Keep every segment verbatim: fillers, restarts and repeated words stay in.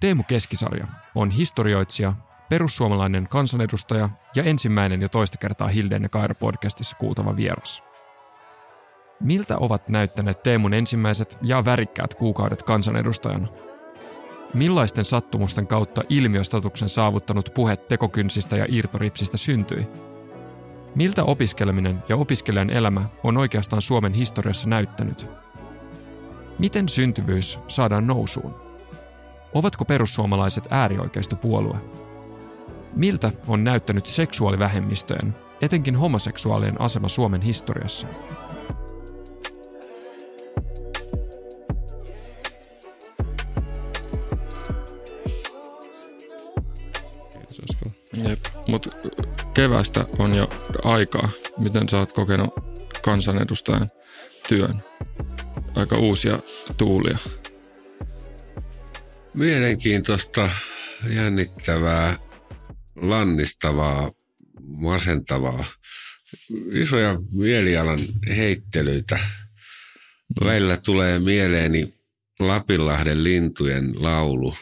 Teemu Keskisarja on historioitsija, perussuomalainen kansanedustaja ja ensimmäinen ja toista kertaa Hildén ja Kaira podcastissa kuultava vieras. Miltä ovat näyttäneet Teemun ensimmäiset ja värikkäät kuukaudet kansanedustajana? Millaisten sattumusten kautta ilmiöstatuksen saavuttanut puhe tekokynsistä ja irtoripsistä syntyi? Miltä opiskeleminen ja opiskelijan elämä on oikeastaan Suomen historiassa näyttänyt? Miten syntyvyys saadaan nousuun? Ovatko perussuomalaiset äärioikeistopuolue? Miltä on näyttänyt seksuaalivähemmistöjen, etenkin homoseksuaalien asema Suomen historiassa? Jep, mutta kevästä on jo aikaa. Miten sä oot kokenut kansanedustajan työn? Aika uusia tuulia. Mielenkiintoista, jännittävää, lannistavaa, masentavaa. Isoja mielialan heittelyitä. Välillä tulee mieleeni Lapinlahden lintujen laulu.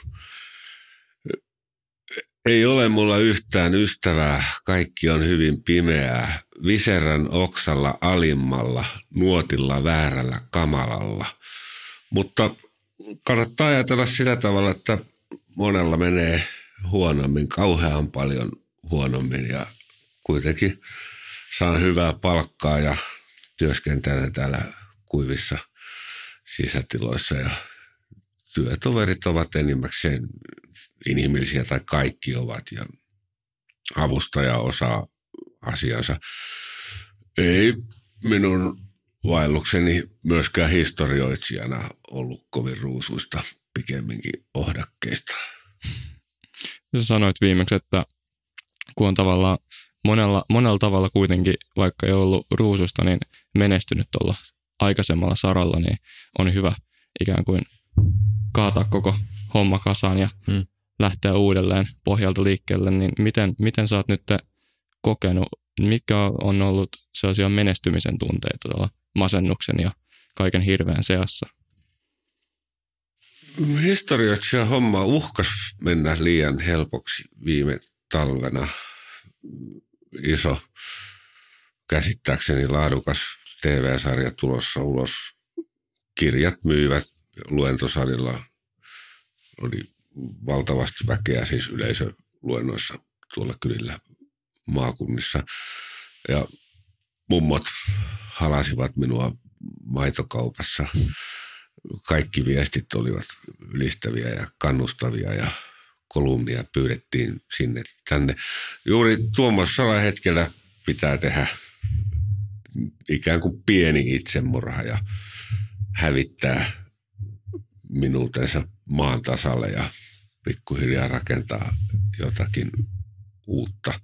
Ei ole mulla yhtään ystävää, kaikki on hyvin pimeää. Viserän oksalla alimmalla, nuotilla väärällä kamalalla. Mutta kannattaa ajatella sillä tavalla, että monella menee huonommin, kauhean paljon huonommin ja kuitenkin saan hyvää palkkaa ja työskentelen täällä kuivissa sisätiloissa ja työtoverit ovat enimmäkseen inhimillisiä tai kaikki ovat ja avustaja osaa asiansa. Ei minun vaellukseni myöskään historioitsijana ollut kovin ruusuista, pikemminkin ohdakkeista. Sä sanoit viimeksi, että kun on tavallaan monella, monella tavalla kuitenkin, vaikka ei ollut ruususta, niin menestynyt tuolla aikaisemmalla saralla, niin on hyvä ikään kuin kaataa koko homma kasaan ja hmm. lähteä uudelleen pohjalta liikkeelle, niin miten, miten sä oot nyt kokenut, mikä on ollut sellaisia menestymisen tunteita tuolla masennuksen ja kaiken hirveän seassa? Historioitsija homma uhkas mennä liian helpoksi viime talvena. Iso, käsittääkseni laadukas T V-sarja tulossa ulos. Kirjat myyvät, luentosalilla oli valtavasti väkeä siis yleisöluennoissa tuolla kylillä maakunnissa. Ja mummot halasivat minua maitokaupassa. Kaikki viestit olivat ylistäviä ja kannustavia ja kolumnia pyydettiin sinne tänne. Juuri tuommoisella hetkellä pitää tehdä ikään kuin pieni itsemurha ja hävittää minuutensa maan tasalle ja pikkuhiljaa rakentaa jotakin uutta.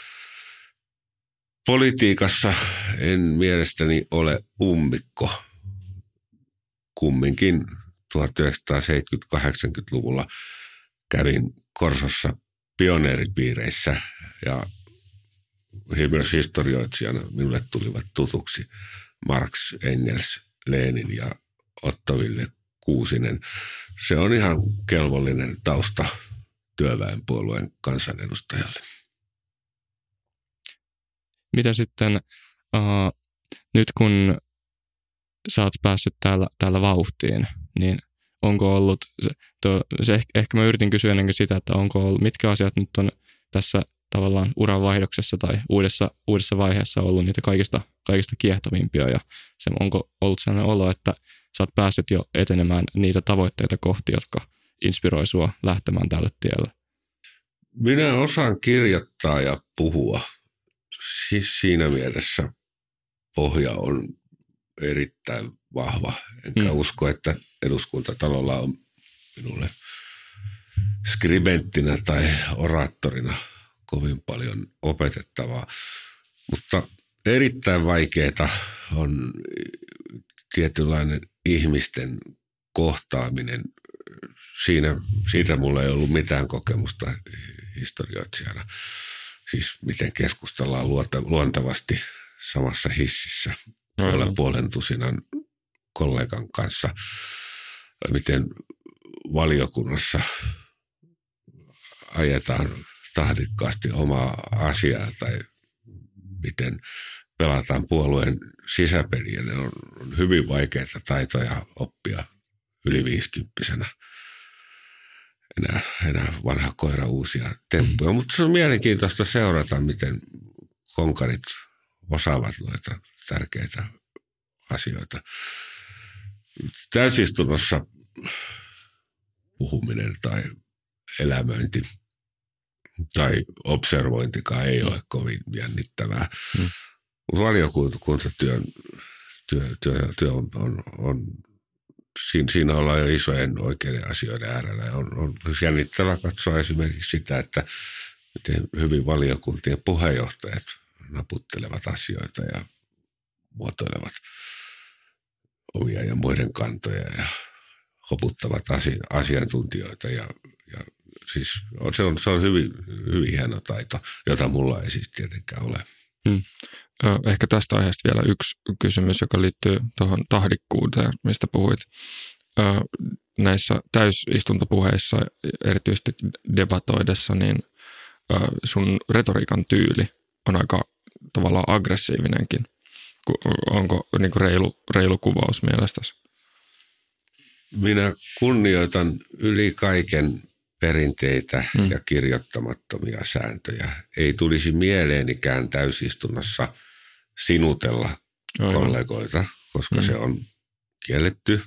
Politiikassa en mielestäni ole ummikko. Kumminkin tuhatyhdeksänsataaseitsemänkymmentä-kahdeksankymmentäluvulla kävin Korsossa pioneeripiireissä ja myös historioitsijana minulle tulivat tutuksi Marx, Engels, Lenin ja Otto Wille Kuusinen. Se on ihan kelvollinen tausta työväenpuolueen kansanedustajalle. Mitä sitten uh, nyt kun sä oot päässyt täällä, täällä vauhtiin, niin onko ollut, se, to, se ehkä, ehkä mä yritin kysyä ennenkin sitä, että onko ollut, mitkä asiat nyt on tässä tavallaan uranvaihdoksessa tai uudessa, uudessa vaiheessa ollut niitä kaikista, kaikista kiehtovimpia ja se, onko ollut sellainen olo, että sä oot päässyt jo etenemään niitä tavoitteita kohti, jotka inspiroi sua lähtemään tälle tielle? Minä osaan kirjoittaa ja puhua. Siis siinä mielessä pohja on erittäin vahva. Enkä hmm. usko, että eduskuntatalolla on minulle skribenttinä tai oraattorina kovin paljon opetettavaa. Mutta erittäin vaikeaa on tietynlainen ihmisten kohtaaminen. Siinä, siitä mulla ei ollut mitään kokemusta historioitsijana. Siis miten keskustellaan luontevasti samassa hississä puolen, puolen tusinan kollegan kanssa. Miten valiokunnassa ajetaan tahdikkaasti omaa asiaa tai miten pelataan puolueen sisäpeliä. Ne on hyvin vaikeita taitoja oppia yli viisikymppisenä. Enää, enää vanha koira uusia temppuja, mutta se on mielenkiintoista seurata, miten konkarit osaavat noita tärkeitä asioita. Täysistunnossa puhuminen tai elämöinti tai observointikaan ei ole kovin jännittävää. Hmm. Valiokuntatyön työ, työ, työ on, on, on siinä, siinä ollaan jo isojen oikeiden asioiden äärellä. On, on jännittävää katsoa esimerkiksi sitä, että miten hyvin valiokuntien puheenjohtajat naputtelevat asioita ja muotoilevat omia ja muiden kantoja ja hoputtavat asi, asiantuntijoita. Ja, ja siis se on, se on hyvin, hyvin hieno taito, jota mulla ei siis tietenkään ole. Hmm. Ehkä tästä aiheesta vielä yksi kysymys, joka liittyy tuohon tahdikkuuteen, mistä puhuit. Näissä täysistuntopuheissa, erityisesti debatoidessa, niin sun retoriikan tyyli on aika tavallaan aggressiivinenkin. Onko niin kuin reilu, reilu kuvaus mielestäsi? Minä kunnioitan yli kaiken perinteitä hmm. ja kirjoittamattomia sääntöjä. Ei tulisi mieleenikään täysistunnossa sinutella Aivan. kollegoita, koska hmm. se on kielletty.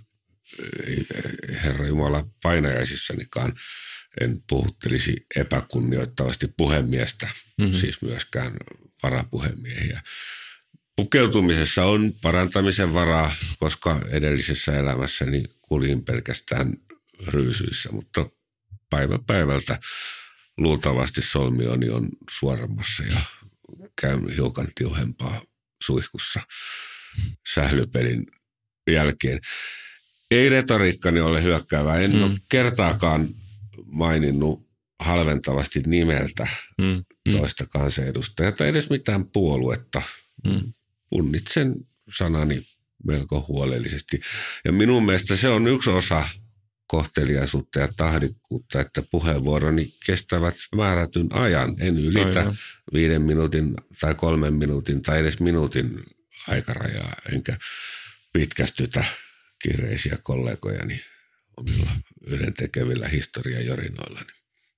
Herra Jumala, painajaisissanikaan en puhuttelisi epäkunnioittavasti puhemiestä, hmm. siis myöskään varapuhemiehiä. Pukeutumisessa on parantamisen varaa, koska edellisessä elämässäni kuljin pelkästään ryysyissä, mutta päivä päivältä luultavasti solmioni on suorammassa ja käyn hiukan tiuhempaa suihkussa sählypelin jälkeen. Ei retoriikkani ole hyökkäävää. En mm. ole kertaakaan maininnut halventavasti nimeltä mm. toista kansanedustajaa tai edes mitään puoluetta. Mm. Punnitsen sanani melko huolellisesti. Ja minun mielestä se on yksi osa kohteliaisuutta ja tahdikkuutta, että puheenvuoroni kestävät määrätyn ajan. En ylitä Aivan. viiden minuutin tai kolmen minuutin tai edes minuutin aikarajaa, enkä pitkästytä kiireisiä kollegojani omilla yhdentekevillä historiajorinoillani.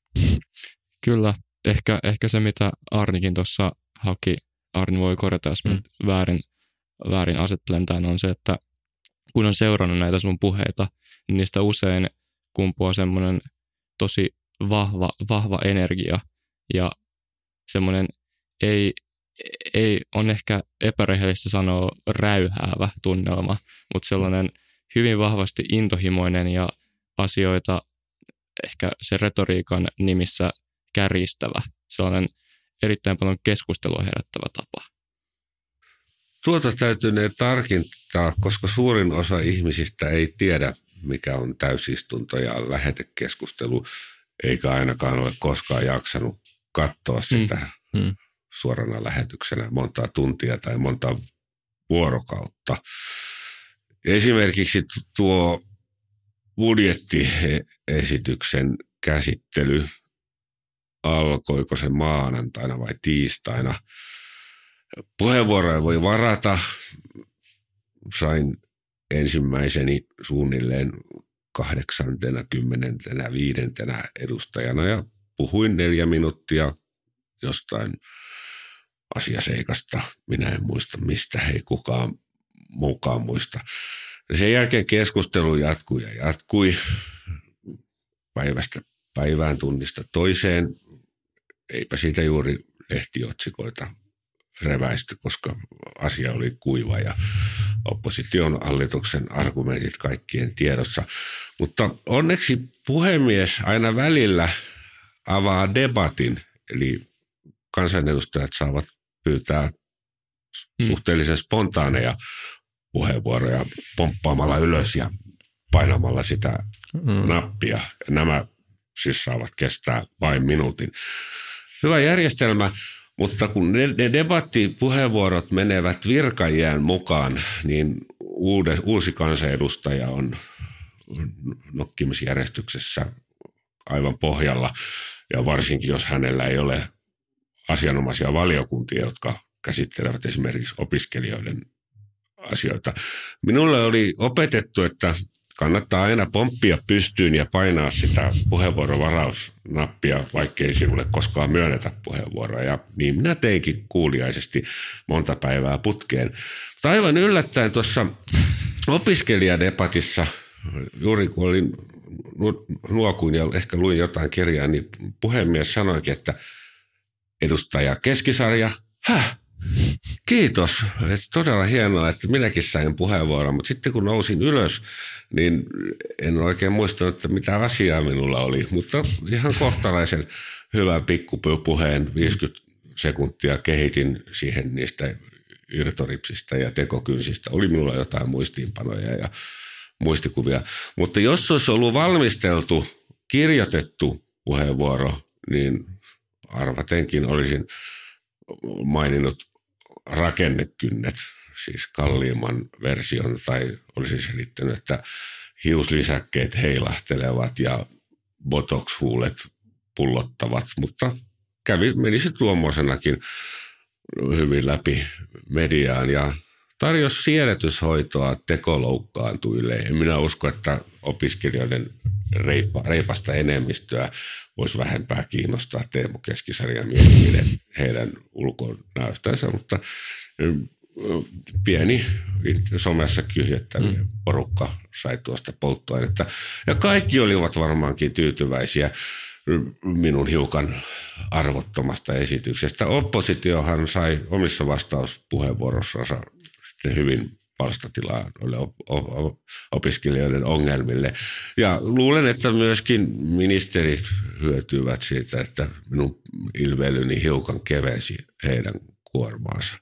Kyllä, ehkä, ehkä se mitä Arnikin tuossa haki, Arni voi korjata, jos mm. väärin, väärin asettelen tämän, on se, että kun on seurannut näitä sun puheita, niin niistä usein kumpuaa semmoinen tosi vahva, vahva energia ja semmoinen ei, ei on ehkä epärehellistä sanoa räyhäävä tunnelma, mutta sellainen hyvin vahvasti intohimoinen ja asioita ehkä se retoriikan nimissä kärjistävä, sellainen erittäin paljon keskustelua herättävä tapa. Tuota täytyy tarkentaa, koska suurin osa ihmisistä ei tiedä, mikä on täysistunto ja lähetekeskustelu, eikä ainakaan ole koskaan jaksanut katsoa sitä mm. Mm. suorana lähetyksenä montaa tuntia tai monta vuorokautta. Esimerkiksi tuo budjettiesityksen käsittely, alkoiko se maanantaina vai tiistaina. Puheenvuoroja voi varata. Sain ensimmäiseni suunnilleen kahdeksantena, kymmenentenä, viidentenä edustajana ja puhuin neljä minuuttia jostain asiaseikasta. Minä en muista mistä, ei kukaan muukaan muista. Ja sen jälkeen keskustelu jatkui ja jatkui päivästä päivään, tunnista toiseen. Eipä siitä juuri lehtiotsikoita reväisty, koska asia oli kuiva ja opposition hallituksen argumentit kaikkien tiedossa. Mutta onneksi puhemies aina välillä avaa debatin, eli kansanedustajat saavat pyytää mm. suhteellisen spontaaneja puheenvuoroja pomppaamalla ylös ja painamalla sitä mm. nappia. Ja nämä siis saavat kestää vain minuutin. Hyvä järjestelmä. Mutta kun ne, ne debattipuheenvuorot menevät virkajään mukaan, niin uude, uusi kansanedustaja on nokkimisjärjestyksessä aivan pohjalla. Ja varsinkin, jos hänellä ei ole asianomaisia valiokuntia, jotka käsittelevät esimerkiksi opiskelijoiden asioita. Minulle oli opetettu, että kannattaa aina pomppia pystyyn ja painaa sitä puheenvuorovarausnappia, vaikkei sinulle koskaan myönnetä puheenvuoroa. Ja niin minä teinkin kuuliaisesti monta päivää putkeen. Mutta aivan yllättäen tuossa opiskelijadebatissa, juuri kun olin nuokuin ja ehkä luin jotain kirjaa, niin puhemies sanoikin, että edustaja Keskisarja, häh? Kiitos. Et todella hienoa, että minäkin sain puheenvuoron, mutta sitten kun nousin ylös, niin en oikein muistanut, että mitä asiaa minulla oli. Mutta ihan kohtalaisen hyvän pikkupuheen, viisikymmentä sekuntia kehitin siihen niistä irtoripsistä ja tekokynsistä. Oli minulla jotain muistiinpanoja ja muistikuvia. Mutta jos olisi ollut valmisteltu, kirjoitettu puheenvuoro, niin arvatenkin olisin maininnut rakennekynnet, siis kalliimman version, tai olisin selittänyt, että hiuslisäkkeet heilahtelevat ja botox-huulet pullottavat, mutta kävi, menisi tuommoisenakin hyvin läpi mediaan ja tarjosi siedätyshoitoa tekoloukkaantuille. En minä usko, että opiskelijoiden reipa, reipasta enemmistöä voisi vähempää kiinnostaa Teemu Keskisarjan mielipide heidän ulkonäöstänsä, mutta pieni somessa kyhjettävä mm. porukka sai tuosta polttoainetta. Ja kaikki olivat varmaankin tyytyväisiä minun hiukan arvottomasta esityksestä. Oppositiohan sai omissa vastauspuheenvuorossansa hyvin palstatilaa opiskelijoiden ongelmille. Ja luulen, että myöskin ministerit hyötyvät siitä, että minun ilveilyni hiukan kevensi heidän kuormaansa.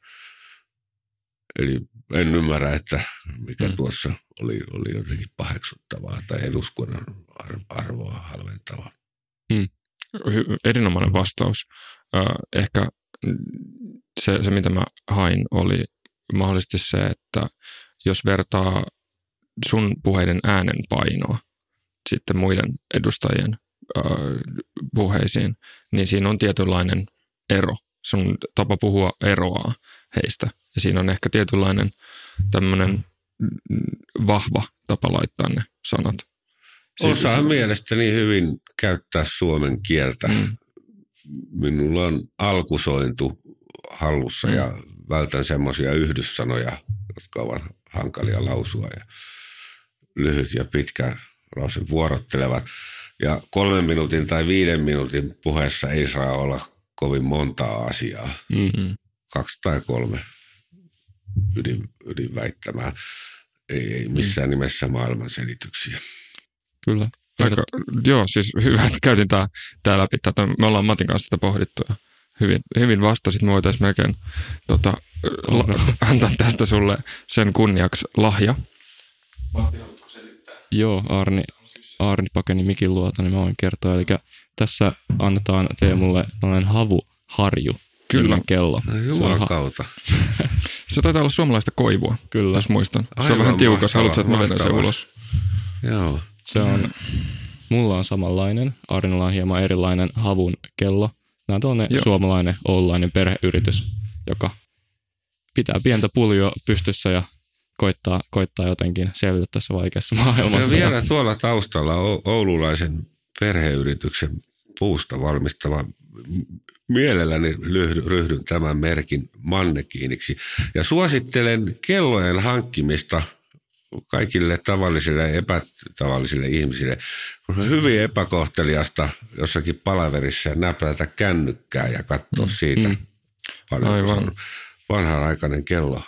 Eli en ymmärrä, että mikä mm. tuossa oli, oli jotenkin paheksuttavaa tai eduskunnan arvoa halventavaa. Mm. Erinomainen vastaus. Ehkä se, se, mitä mä hain, oli mahdollisesti se, että jos vertaa sun puheiden äänenpainoa sitten muiden edustajien äh, puheisiin, niin siinä on tietynlainen ero. Sun tapa puhua eroaa heistä. Ja siinä on ehkä tietynlainen tämmöinen vahva tapa laittaa ne sanat. Osaan mielestäni hyvin käyttää suomen kieltä. Mm. Minulla on alkusointu hallussa mm. ja vältän semmoisia yhdyssanoja, jotka ovat hankalia lausua ja lyhyt ja pitkä lause vuorottelevat. Ja kolmen minuutin tai viiden minuutin puheessa ei saa olla kovin montaa asiaa. Mm-hmm. Kaksi tai kolme ydin, ydinväittämää. Ei, ei missään mm. nimessä maailmanselityksiä. Kyllä. Aika, joo, siis hyvä, että käytin tää, tää läpi. Tätä, me ollaan Matin kanssa tätä pohdittu ja hyvin, hyvin vastasit. Me voitaisiin melkein tota, la, antaa tästä sulle sen kunniaksi lahja. Matti, haluatko selittää? Joo, Arni, Arni pakeni mikin luota, niin mä voin kertoa. Eli tässä annetaan Teemulle tällainen havuharju. Kyllä. Kello. No jumalauta. Se taitaa olla suomalaista koivua, kyllä. Jos muistan. Aivan se on vähän tiukas. Haluatko, että mä vedän sen mahtavaa. ulos? Joo. Se on, mulla on samanlainen. Arnilla on hieman erilainen havun kello. Nämä on tuollainen Joo. suomalainen, oululainen perheyritys, joka pitää pientä puljoa pystyssä ja koittaa, koittaa jotenkin selvitä tässä vaikeassa maailmassa. Ja vielä tuolla taustalla oululaisen perheyrityksen puusta valmistava. Mielelläni ryhdyn tämän merkin mannekiiniksi ja suosittelen kellojen hankkimista kaikille tavallisille ja epätavallisille ihmisille. On hyvin epäkohteliasta jossakin palaverissa näprätä kännykkää ja katsoa mm, siitä. Mm. Aivan. Vanhanaikainen kello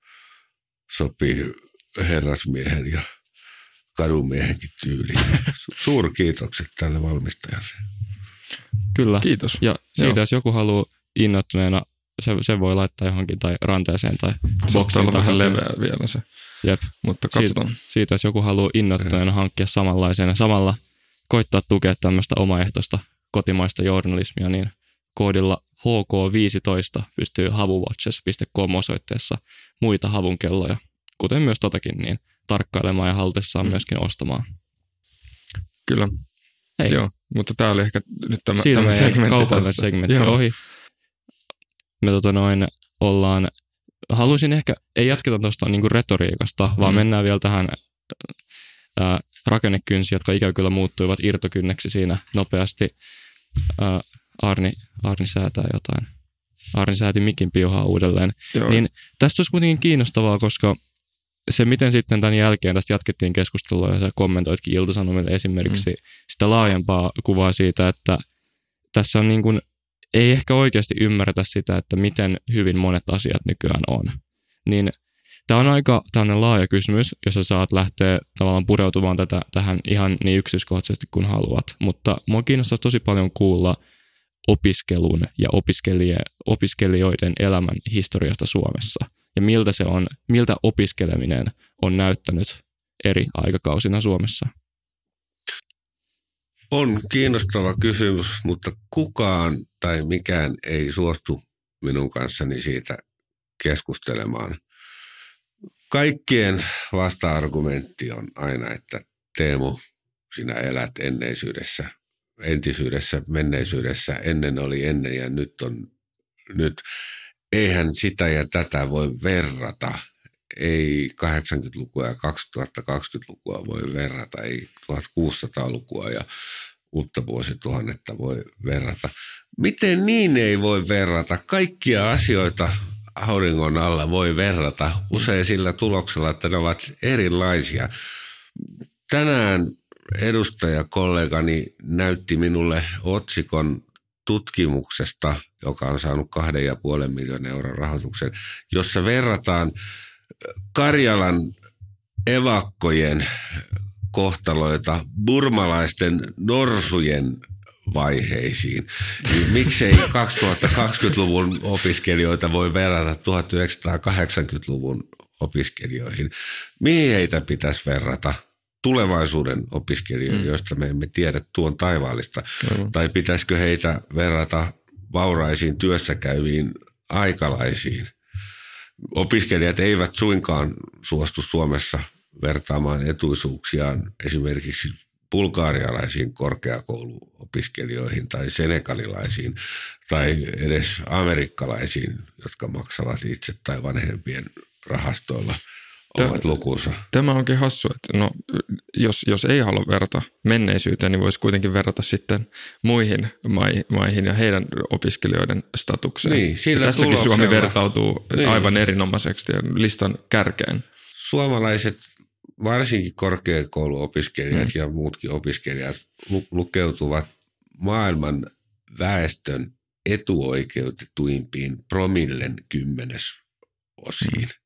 sopii herrasmiehen ja kadunmiehenkin tyyliin. Suurkiitokset tälle valmistajalle. Kyllä. Kiitos. Ja siitä, Joo. jos joku haluaa innoittuneena, se, se voi laittaa johonkin tai ranteeseen tai boksiin. Se on vähän leveä vielä se. Jep. Mutta katsotaan. Siitä, siitä, jos joku haluaa innoittuneena hankkia samanlaisen ja samalla koittaa tukea tämmöistä omaehtoista kotimaista journalismia, niin koodilla H K viisitoista pystyy havuwatches piste com osoitteessa muita havunkelloja, kuten myös totakin, niin tarkkailemaan ja halutessaan mm. myöskin ostamaan. Kyllä. Hei. Joo. mutta tämä oli ehkä nyt tämä, Siinä tämä meidän segmentti kaupallinen tässä. segmentti Joo. ohi. Me tota noin ollaan, haluaisin ehkä, ei jatketa tuosta niinku retoriikasta, mm. vaan mennään vielä tähän ää, rakennekynsiin, jotka ikävä kyllä muuttuivat irtokynneksi siinä nopeasti. Ää, Arni, Arni säätää jotain. Arni sääti mikin piuhaa uudelleen. Joo. Niin tästä olisi kuitenkin kiinnostavaa, koska se, miten sitten tämän jälkeen tästä jatkettiin keskustelua ja sä kommentoitkin Ilta-Sanomille esimerkiksi mm. sitä laajempaa kuvaa siitä, että tässä on niin kuin, ei ehkä oikeasti ymmärretä sitä, että miten hyvin monet asiat nykyään on. Niin tämä on aika tämmöinen laaja kysymys, jos sä saat lähteä tavallaan pureutumaan tätä, tähän ihan niin yksityiskohtaisesti kuin haluat. Mutta mua kiinnostaa tosi paljon kuulla opiskelun ja opiskelijoiden elämän historiasta Suomessa. Ja miltä se on, miltä opiskeleminen on näyttänyt eri aikakausina Suomessa? On kiinnostava kysymys, mutta kukaan tai mikään ei suostu minun kanssani siitä keskustelemaan. Kaikkien vasta-argumentti on aina, että Teemu, sinä elät enneisyydessä, entisyydessä, menneisyydessä, ennen oli ennen ja nyt on nyt. Eihän sitä ja tätä voi verrata. Ei kahdeksankymmentälukua ja kaksituhattakaksikymmentälukua voi verrata, ei tuhatkuusisataalukua ja uutta vuosituhannetta voi verrata. Miten niin ei voi verrata? Kaikkia asioita auringon alla voi verrata usein sillä tuloksella, että ne ovat erilaisia. Tänään edustajakollegani näytti minulle otsikon tutkimuksesta, joka on saanut kahden ja puolen miljoonan euron rahoituksen, jossa verrataan Karjalan evakkojen kohtaloita burmalaisten norsujen vaiheisiin. Niin miksei kaksituhattakaksikymmentäluvun opiskelijoita voi verrata tuhatyhdeksänsataakahdeksankymmentäluvun opiskelijoihin? Mihin heitä pitäisi verrata? Tulevaisuuden opiskelijoita, mm. joista me emme tiedä tuon taivaallista. Mm. Tai pitäisikö heitä verrata vauraisiin työssäkäyviin aikalaisiin? Opiskelijat eivät suinkaan suostu Suomessa vertaamaan etuisuuksiaan esimerkiksi bulgarialaisiin korkeakouluopiskelijoihin tai senegalilaisiin tai edes amerikkalaisiin, jotka maksavat itse tai vanhempien rahastoilla omat lukunsa. Tämä onkin hassu, että no, jos, jos ei halua verrata menneisyyteen, niin voisi kuitenkin verrata sitten muihin maihin ja heidän opiskelijoiden statukseen. Niin, sillä tässäkin Suomi tuloksella vertautuu niin. aivan erinomaiseksi listan kärkeen. Suomalaiset, varsinkin korkeakouluopiskelijat mm. ja muutkin opiskelijat lukeutuvat maailman väestön etuoikeutetuimpiin promillen kymmenesosiin. Mm.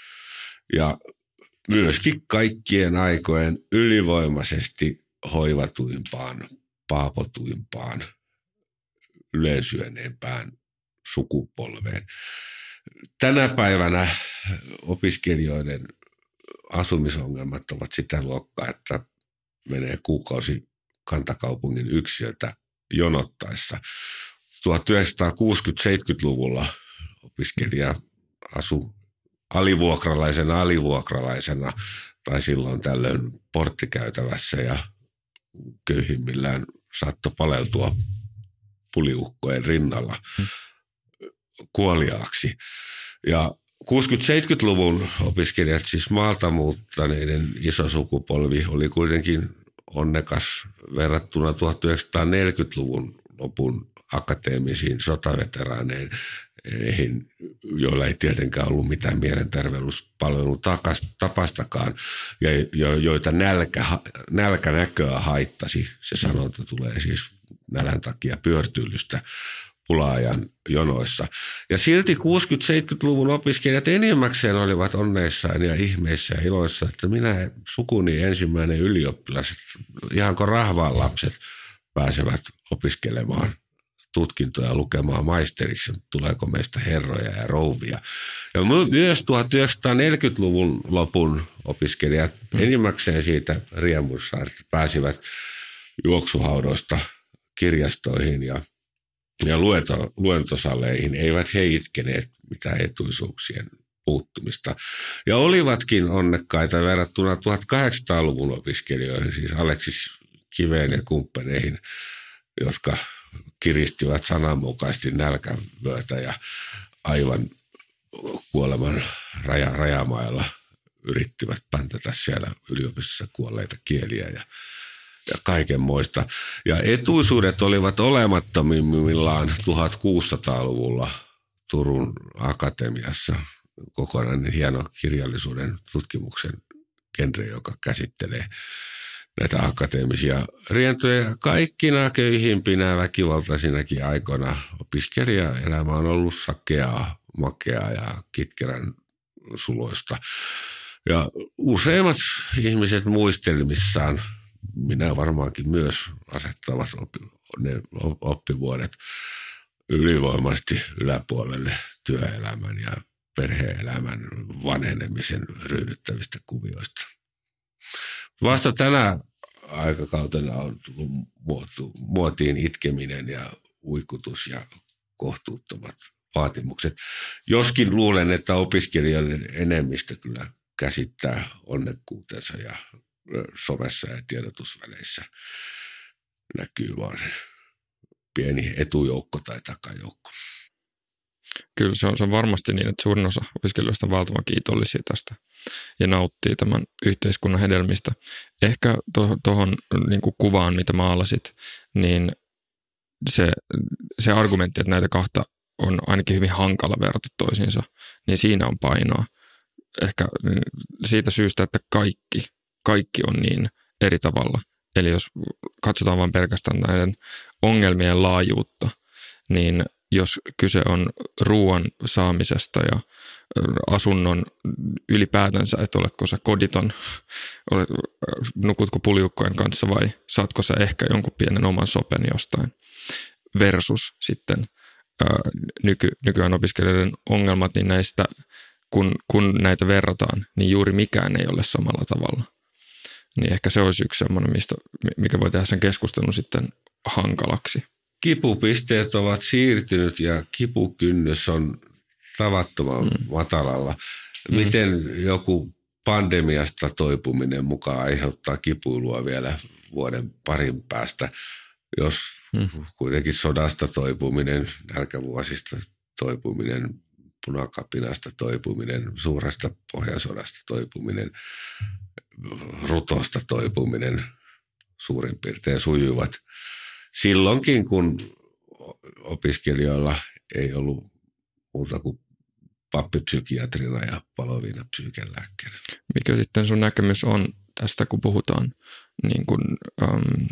Ja myöskin kaikkien aikojen ylivoimaisesti hoivatuimpaan, paapotuimpaan, ylensyöneempään sukupolveen. Tänä päivänä opiskelijoiden asumisongelmat ovat sitä luokkaa, että menee kuukausi kantakaupungin yksiöltä jonottaessa. tuhatyhdeksänsataakuusikymmentä-seitsemänkymmentäluvulla opiskelija asui alivuokralaisena alivuokralaisena tai silloin tällöin porttikäytävässä ja köyhimmillään saattoi paleltua puliukkojen rinnalla kuoliaaksi. Ja kuusikymmentä-seitsemänkymmentäluvun opiskelijat, siis maalta muuttaneiden iso sukupolvi, oli kuitenkin onnekas verrattuna tuhatyhdeksänsataaneljäkymmentäluvun lopun akateemisiin sotaveteraaneihin, joilla ei tietenkään ollut mitään mielenterveyspalvelun tapastakaan, ja joita nälkä, nälkänäköä haittasi. Se sanonta tulee siis nälän takia pyörtyilystä pula-ajan jonoissa. Ja silti kuusikymmentä-seitsemänkymmentäluvun opiskelijat enimmäkseen olivat onneissaan ja ihmeissä ja iloissa, että minä sukuni ensimmäinen ylioppilas, ihan kuin rahvaan lapset pääsevät opiskelemaan tutkintoja lukemaan maisteriksi, tuleeko meistä herroja ja rouvia. Ja myös tuhatyhdeksänsataaneljäkymmentäluvun lopun opiskelijat mm. enimmäkseen siitä riemussa, että pääsivät juoksuhaudoista kirjastoihin ja, ja luento, luentosaleihin. Eivät he itkeneet mitään etuisuuksien puuttumista. Ja olivatkin onnekkaita verrattuna tuhatkahdeksansataaluvun opiskelijoihin, siis Aleksis Kiveen ja kumppaneihin, jotka kiristivät sananmukaisesti nälkävyötä ja aivan kuoleman raja, rajamailla yrittivät päntätä siellä yliopistossa kuolleita kieliä ja, ja kaikenmoista. Ja etuisuudet olivat olemattomimmillaan tuhatkuusisataaluvulla Turun akatemiassa. Kokonainen hieno kirjallisuuden tutkimuksen genre, joka käsittelee näitä akateemisia rientoja. Kaikkina köyhimpinä väkivaltaisinakin aikoina opiskelijaelämä on ollut sakeaa, makeaa ja kitkerän suloista. Ja useimmat ihmiset muistelmissaan, minä varmaankin myös, asettavat ne oppivuodet ylivoimaisesti yläpuolelle työelämän ja perhe-elämän vanhenemisen ryhdyttävistä kuvioista. Vasta tänä aikakautena on tullut muotiin itkeminen ja uikutus ja kohtuuttomat vaatimukset. Joskin luulen, että opiskelijoiden enemmistö kyllä käsittää onnekkuutensa ja somessa ja tiedotusväleissä näkyy vaan pieni etujoukko tai takajoukko. Kyllä se on, se on varmasti niin, että suurin osa opiskelijoista on valtavan kiitollisia tästä ja nauttii tämän yhteiskunnan hedelmistä. Ehkä tuohon niin kuin kuvaan, mitä maalasit, niin se, se argumentti, että näitä kahta on ainakin hyvin hankala verrata toisiinsa, niin siinä on painoa. Ehkä siitä syystä, että kaikki, kaikki on niin eri tavalla. Eli jos katsotaan vain pelkästään näiden ongelmien laajuutta, niin jos kyse on ruoan saamisesta ja asunnon ylipäätänsä, että oletko sä koditon, olet, nukutko puljukkojen kanssa vai saatko sä ehkä jonkun pienen oman sopen jostain, versus sitten ää, nyky, nykyään opiskelijoiden ongelmat, niin näistä, kun, kun näitä verrataan, niin juuri mikään ei ole samalla tavalla. Niin ehkä se olisi yksi semmoinen, mistä, mikä voi tehdä sen keskustelun sitten hankalaksi. Kipupisteet ovat siirtynyt ja kipukynnys on tavattoman mm. matalalla. Miten mm. joku pandemiasta toipuminen mukaan aiheuttaa kipuilua vielä vuoden parin päästä, jos mm. kuitenkin sodasta toipuminen, nälkävuosista toipuminen, punakapinasta toipuminen, suuresta pohjansodasta toipuminen, rutosta toipuminen suurin piirtein sujuvat. Silloinkin, kun opiskelijoilla ei ollut muuta kuin pappipsykiatrina ja paloviina psyykelääkkeenä. Mikä sitten sun näkemys on tästä, kun puhutaan niin kuin, ähm,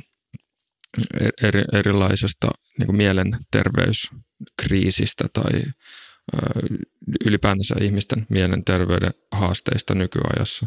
eri, erilaisesta niin kuin mielenterveyskriisistä tai äh, ylipäätänsä ihmisten mielenterveyden haasteista nykyajassa?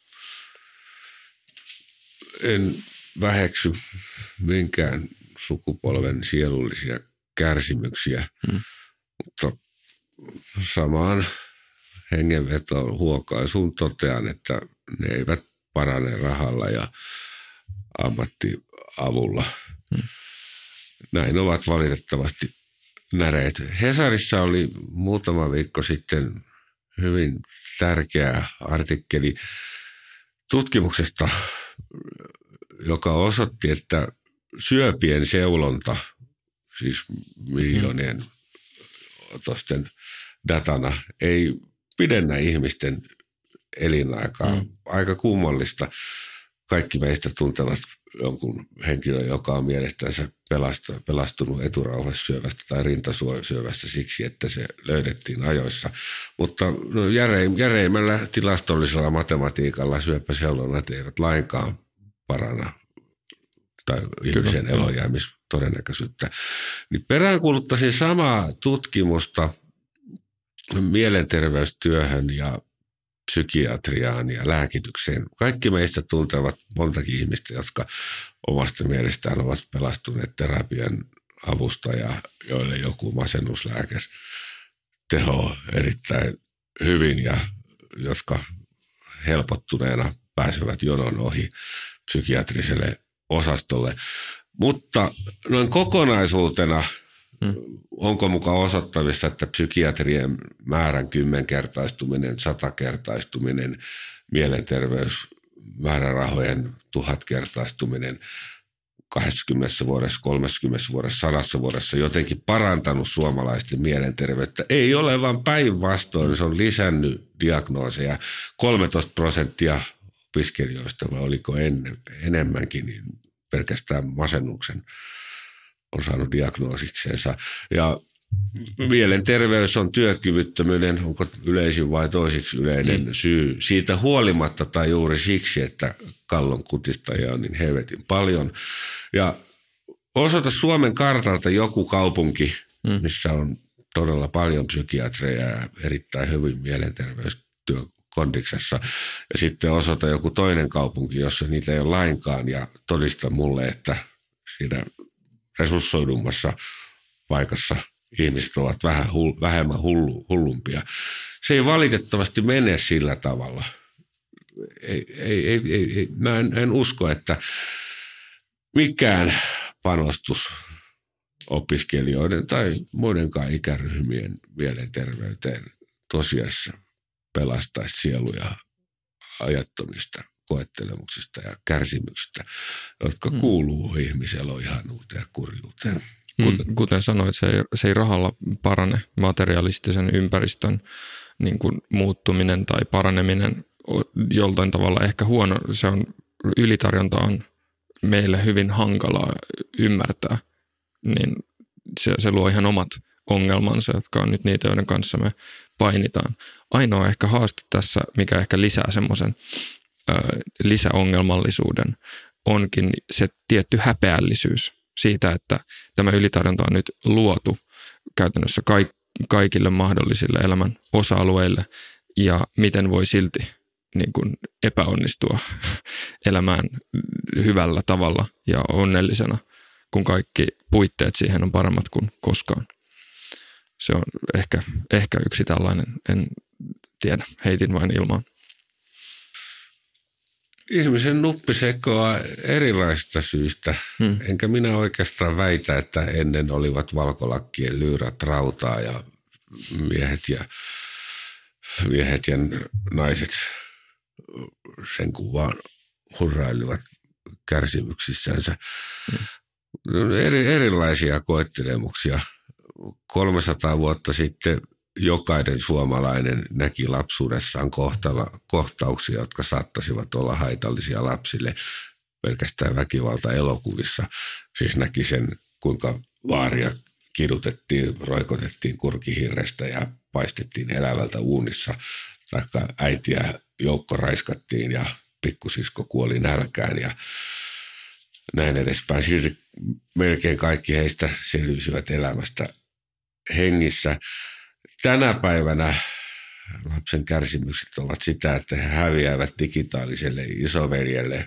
En väheksy minkään sukupolven sielullisia kärsimyksiä, hmm. mutta samaan hengenvetoon huokaisuun totean, että ne eivät parane rahalla ja ammattiavulla. Hmm. Näin ovat valitettavasti näreet. Hesarissa oli muutama viikko sitten hyvin tärkeä artikkeli tutkimuksesta, joka osoitti, että syöpien seulonta, siis miljoonien otosten datana, ei pidennä ihmisten elinaikaa. Mm. Aika kummallista. Kaikki meistä tuntevat jonkun henkilön, joka on mielestänsä pelastunut eturauhassyövästä tai rintasuojasyövästä siksi, että se löydettiin ajoissa. Mutta no, järeim, järeimmällä tilastollisella matematiikalla syöpäseulonnat eivät lainkaan parana tai ihmisen elonjäämistodennäköisyyttä. Niin peräänkuuluttaisin samaa tutkimusta mielenterveystyöhön ja psykiatriaan ja lääkitykseen. Kaikki meistä tuntevat montakin ihmistä, jotka omasta mielestään ovat pelastuneet terapian avusta ja joille joku masennuslääke tehoaa erittäin hyvin ja jotka helpottuneena pääsevät jonon ohi psykiatriselle osastolle. Mutta noin kokonaisuutena hmm. onko mukaan osoittavissa, että psykiatrien määrän kymmenkertaistuminen, satakertaistuminen, mielenterveysmäärärahojen tuhatkertaistuminen kaksikymmentä vuodessa, kolmekymmentä vuodessa, sadassa vuodessa jotenkin parantanut suomalaisten mielenterveyttä. Ei ole, vaan päinvastoin se on lisännyt diagnooseja. kolmetoista prosenttia opiskelijoista, vai oliko ennen, enemmänkin, niin pelkästään masennuksen on saanut diagnoosikseensa. Ja mielenterveys on työkyvyttömyyden, onko yleisin vai toisiksi yleinen mm. syy. Siitä huolimatta tai juuri siksi, että kallon kutistajia on niin helvetin paljon. Ja osoita Suomen kartalta joku kaupunki, mm. missä on todella paljon psykiatreja ja erittäin hyvin mielenterveystyö kondiksessa. Ja sitten osoita joku toinen kaupunki, jossa niitä ei ole lainkaan ja todista mulle, että siinä resurssoidummassa paikassa ihmiset ovat vähän hull, vähemmän hullu, hullumpia. Se ei valitettavasti mene sillä tavalla. Ei, ei, ei, ei, mä en, en usko, että mikään panostus opiskelijoiden tai muidenkaan ikäryhmien mielenterveyteen tosiasiassa pelastaisi sieluja ajattomista koettelemuksista ja kärsimyksistä, jotka hmm. kuuluu ihmiseloihanuuteen ja kurjuuteen. Kuten sanoit, se ei, se ei rahalla parane. Materialistisen ympäristön niin kuin muuttuminen tai paraneminen joltain tavalla ehkä huono. Se on, ylitarjonta on meille hyvin hankalaa ymmärtää. Niin se, se luo ihan omat ongelmansa, jotka on nyt niitä, joiden kanssa me painitaan. Ainoa ehkä haaste tässä, mikä ehkä lisää semmoisen ö, lisäongelmallisuuden, onkin se tietty häpeällisyys siitä, että tämä ylitarjonta on nyt luotu käytännössä kaikille mahdollisille elämän osa-alueille ja miten voi silti niin kuin epäonnistua elämään hyvällä tavalla ja onnellisena, kun kaikki puitteet siihen on paremmat kuin koskaan. Se on ehkä, ehkä yksi tällainen, en tiedä, heitin vain ilmaan. Ihmisen nuppi sekoaa erilaisista syistä, hmm. enkä minä oikeastaan väitä, että ennen olivat valkolakkien lyyrät rautaa ja miehet ja, miehet ja naiset sen kun vaan hurrailivat kärsimyksissänsä. Hmm. Eri, erilaisia koettelemuksia. kolmesataa vuotta sitten jokainen suomalainen näki lapsuudessaan kohtala, kohtauksia, jotka saattaisivat olla haitallisia lapsille pelkästään väkivalta-elokuvissa. Siis näki sen, kuinka vaaria kidutettiin, roikotettiin kurkihirrestä ja paistettiin elävältä uunissa, taikka äitiä joukko raiskattiin ja pikkusisko kuoli nälkään ja näin edespäin. Siis melkein kaikki heistä selvisivät elämästä hengissä. Tänä päivänä lapsen kärsimykset ovat sitä, että he häviävät digitaaliselle isoveljelle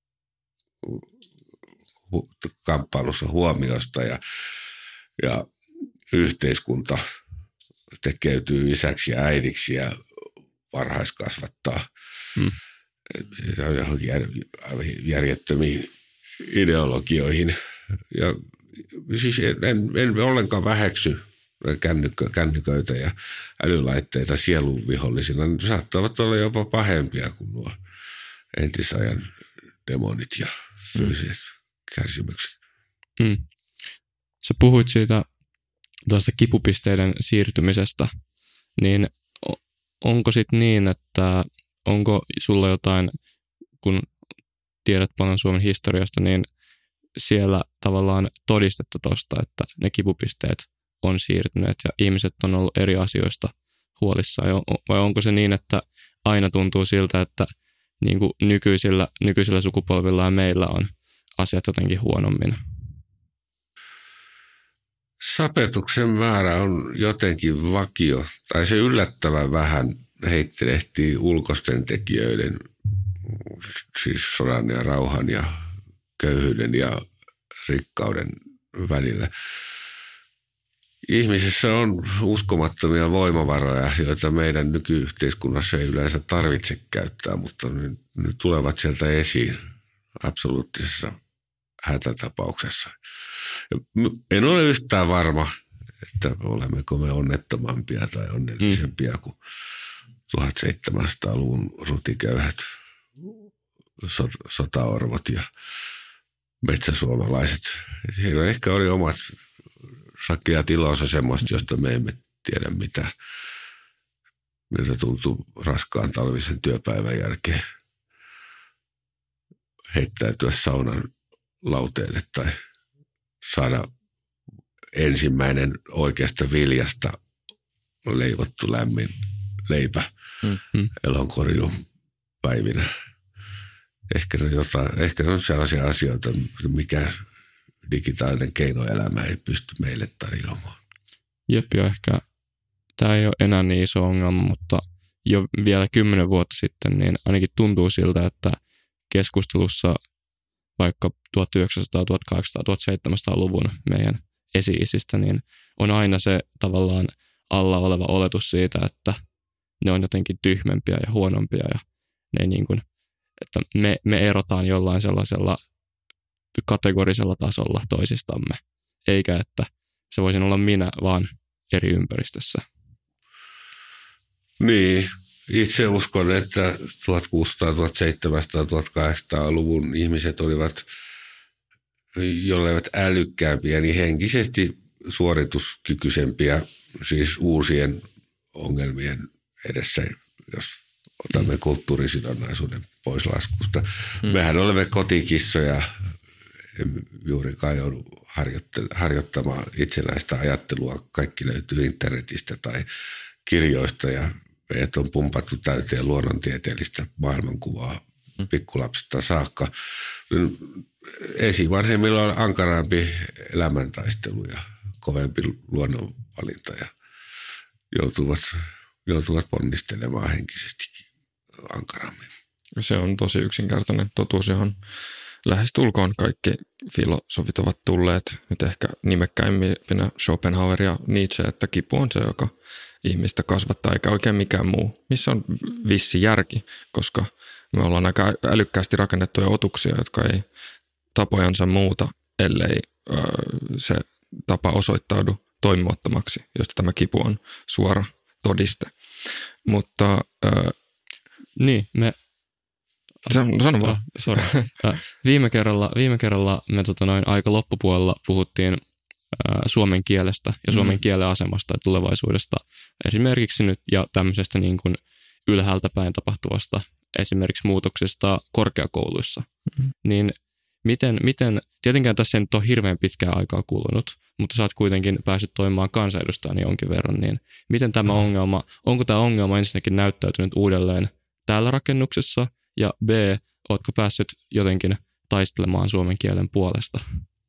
kamppailussa huomiosta ja, ja yhteiskunta tekeytyy isäksi ja äidiksi ja varhaiskasvattaa hmm. järjettömiin ideologioihin. Ja siis en, en ollenkaan väheksy Kännykö, kännyköitä ja älylaitteita sielunvihollisina, ne saattavat olla jopa pahempia kuin nuo entisajan demonit ja fyysiset mm. kärsimykset. Mm. Sä puhuit siitä tuosta kipupisteiden siirtymisestä, niin onko sitten niin, että onko sulla jotain, kun tiedät paljon Suomen historiasta, niin siellä tavallaan todistetta tuosta, että ne kipupisteet on siirtyneet ja ihmiset on ollut eri asioista huolissaan. Vai onko se niin, että aina tuntuu siltä, että niin kuin nykyisillä, nykyisillä sukupolvilla ja meillä on asiat jotenkin huonommin? Sapetuksen määrä on jotenkin vakio, tai se yllättävän vähän heittelehtii ulkoisten tekijöiden, siis sodan ja rauhan ja köyhyyden ja rikkauden välillä. Ihmisessä on uskomattomia voimavaroja, joita meidän nykyyhteiskunnassa ei yleensä tarvitse käyttää, mutta ne, ne tulevat sieltä esiin absoluuttisessa hätätapauksessa. En ole yhtään varma, että olemmeko me onnettomampia tai onnellisempia mm. kuin tuhatseitsemänsataaluvun rutiköyhät sotaorvot ja metsäsuomalaiset. Heillä ehkä oli omat sakkeat ilonsa semmoista, josta me emme tiedä mitä. Miltä tuntuu raskaan talvisen työpäivän jälkeen heittäytyä saunan lauteelle tai saada ensimmäinen oikeasta viljasta leivottu lämmin leipä mm-hmm. elonkorjupäivinä. Ehkä ne, jotain, ehkä ne on sellaisia asioita, mikä digitaalinen keinoelämä ei pysty meille tarjoamaan. Jep, jo ehkä tämä ei ole enää niin iso ongelma, mutta jo vielä kymmenen vuotta sitten niin ainakin tuntuu siltä, että keskustelussa vaikka tuhatyhdeksänsataa, tuhatkahdeksansataa, tuhatseitsemänsataa-luvun meidän esi-isistä, niin on aina se tavallaan alla oleva oletus siitä, että ne on jotenkin tyhmempiä ja huonompia ja ne ei niin kuin, että me, me erotaan jollain sellaisella kategorisella tasolla toisistamme, eikä että se voisin olla minä, vaan eri ympäristössä. Niin, itse uskon, että tuhatkuusisataa, tuhatseitsemänsataa, tuhatkahdeksansataaluvun ihmiset olivat jolleivät älykkäämpiä, niin henkisesti suorituskykyisempiä, siis uusien ongelmien edessä, jos otamme mm. kulttuurisidonnaisuuden pois laskusta. Mm. Mehän olemme kotikissoja, emme juurikaan joudu harjoittamaan itsenäistä ajattelua. Kaikki löytyy internetistä tai kirjoista ja meidät on pumpattu täyteen luonnontieteellistä maailmankuvaa pikkulapsesta saakka. Esivanhemmilla on ankarampi elämäntaistelu ja kovempi luonnonvalinta ja joutuvat, joutuvat ponnistelemaan henkisestikin ankarammin. Se on tosi yksinkertainen totuus, johon lähes tulkoon kaikki filosofit ovat tulleet. Nyt ehkä nimekkäimpinä Schopenhauer ja Nietzsche, että kipu on se, joka ihmistä kasvattaa, eikä oikein mikään muu. Missä on vissi järki, koska me ollaan aika älykkäästi rakennettuja otuksia, jotka ei tapojansa muuta, ellei ö, se tapa osoittaudu toimimattomaksi, josta tämä kipu on suora todiste. Mutta ö, niin, me Sano, sano vaan. Sorry. Viime kerralla, viime kerralla me tota noin, aika loppupuolella puhuttiin ää, suomen kielestä ja suomen mm. kielen asemasta ja tulevaisuudesta esimerkiksi nyt ja tämmöisestä niin kuin ylhäältä päin tapahtuvasta esimerkiksi muutoksesta korkeakouluissa. Mm. Niin miten, miten, tietenkään tässä ei nyt ole hirveän pitkää aikaa kulunut, mutta sä oot kuitenkin päässyt toimimaan kansanedustajana jonkin verran, niin miten tämä mm. ongelma, onko tämä ongelma ensinnäkin näyttäytynyt uudelleen täällä rakennuksessa ja B, ootko päässyt jotenkin taistelemaan suomen kielen puolesta?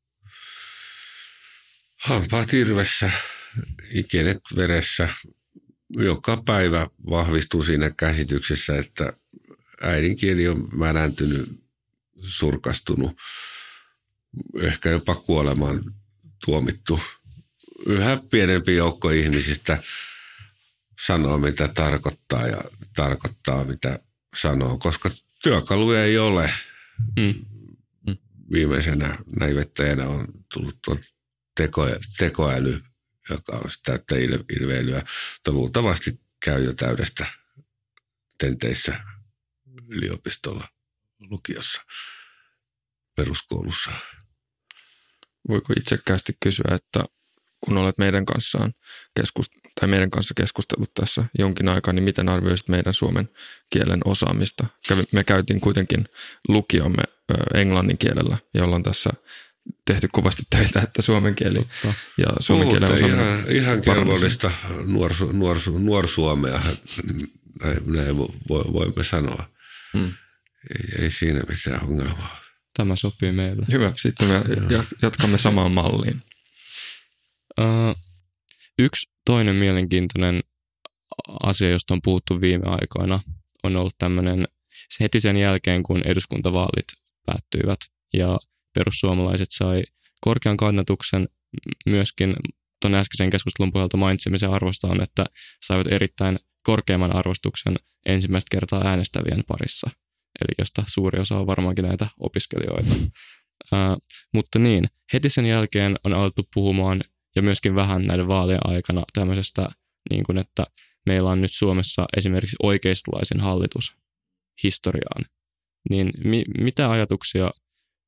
Hampaat irvessä, ikenet veressä. Joka päivä vahvistuu siinä käsityksessä, että äidinkieli on märäntynyt, surkastunut, ehkä jopa kuolemaan tuomittu. Yhä pienempi joukko ihmisistä sanoo, mitä tarkoittaa ja tarkoittaa, mitä sanoo, koska työkaluja ei ole. Mm. Mm. Viimeisenä näivettäjänä on tullut tuo teko, tekoäly, joka on täyttä ilveilyä, mutta luultavasti käy jo täydestä tenteissä yliopistolla, lukiossa, peruskoulussa. Voiko itsekkäästi kysyä, että kun olet meidän kanssaan keskust- tai meidän kanssa keskustellut tässä jonkin aikaa, niin miten arvioisit meidän suomen kielen osaamista? Me käytiin kuitenkin lukiomme englannin kielellä, jolla on tässä tehty kovasti töitä, että suomen kieli ja suomen Puhutte kielen osaaminen. Ihan, ihan kelvollista nuorsu, nuorsu, nuorsuomea, näin, näin voimme sanoa. Hmm. Ei, ei siinä mitään ongelmaa. Tämä sopii meille. Hyvä, sitten me jatkamme samaan malliin. Uh, yksi toinen mielenkiintoinen asia, josta on puhuttu viime aikoina, on ollut tämmöinen heti sen jälkeen, kun eduskuntavaalit päättyivät ja perussuomalaiset sai korkean kannatuksen myöskin tuon äskeisen keskustelun pohjalta mainitsemisen arvosta on, että saivat erittäin korkeamman arvostuksen ensimmäistä kertaa äänestävien parissa, eli josta suuri osa on varmaankin näitä opiskelijoita. Uh, mutta niin, heti sen jälkeen on alettu puhumaan ja myöskin vähän näiden vaalien aikana tämmöisestä, niin kuin, että meillä on nyt Suomessa esimerkiksi oikeistolaisen hallitus historiaan. Niin mi- mitä ajatuksia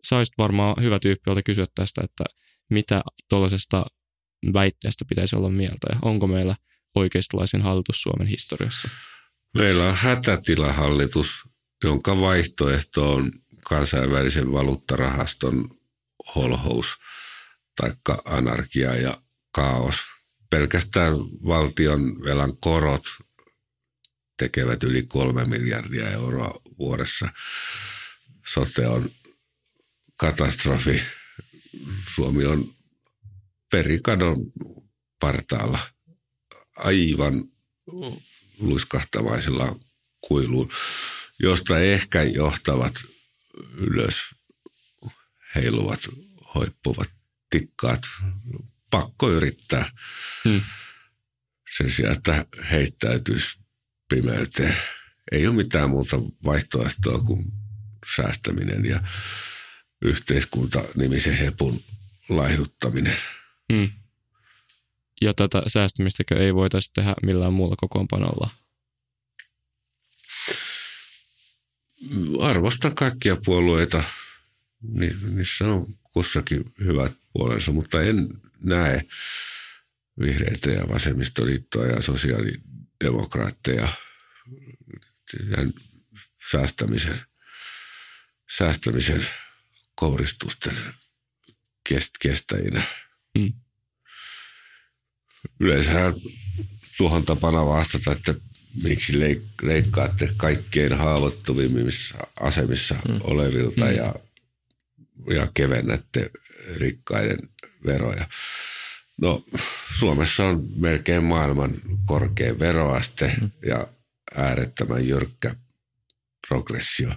sä olisit varmaan hyvä tyyppi olta kysyä tästä, että mitä tuollaisesta väitteestä pitäisi olla mieltä ja onko meillä oikeistolaisin hallitus Suomen historiassa? Meillä on hätätilahallitus, jonka vaihtoehto on kansainvälisen valuuttarahaston holhous, taikka anarkia ja kaos. Pelkästään valtion velan korot tekevät yli kolme miljardia euroa vuodessa. Sote on katastrofi. Suomi on perikadon partaalla aivan luiskahtavaisella kuiluun, josta ehkä johtavat ylös heiluvat, hoippuvat tikkaat. Pakko yrittää hmm. sen sijaan, että heittäytyisi pimeyteen. Ei ole mitään muuta vaihtoehtoa kuin säästäminen ja yhteiskuntanimisen hepun laihduttaminen. Hmm. Ja tätä säästämistäkö ei voitaisi tehdä millään muulla kokoonpanolla? Arvostan kaikkia puolueita. Niissä on kussakin hyvät puolensa, mutta en näe vihreitä ja vasemmistoliittoa ja sosiaalidemokraatteja säästämisen, säästämisen kouristusten kestäjinä. Mm. Yleensähän tuohon tapana vastata, että miksi leikkaatte kaikkein haavoittuvimmissa asemissa mm. olevilta mm. ja, ja kevennätte rikkaiden veroja. No, Suomessa on melkein maailman korkein veroaste mm. ja äärettömän jyrkkä progressio,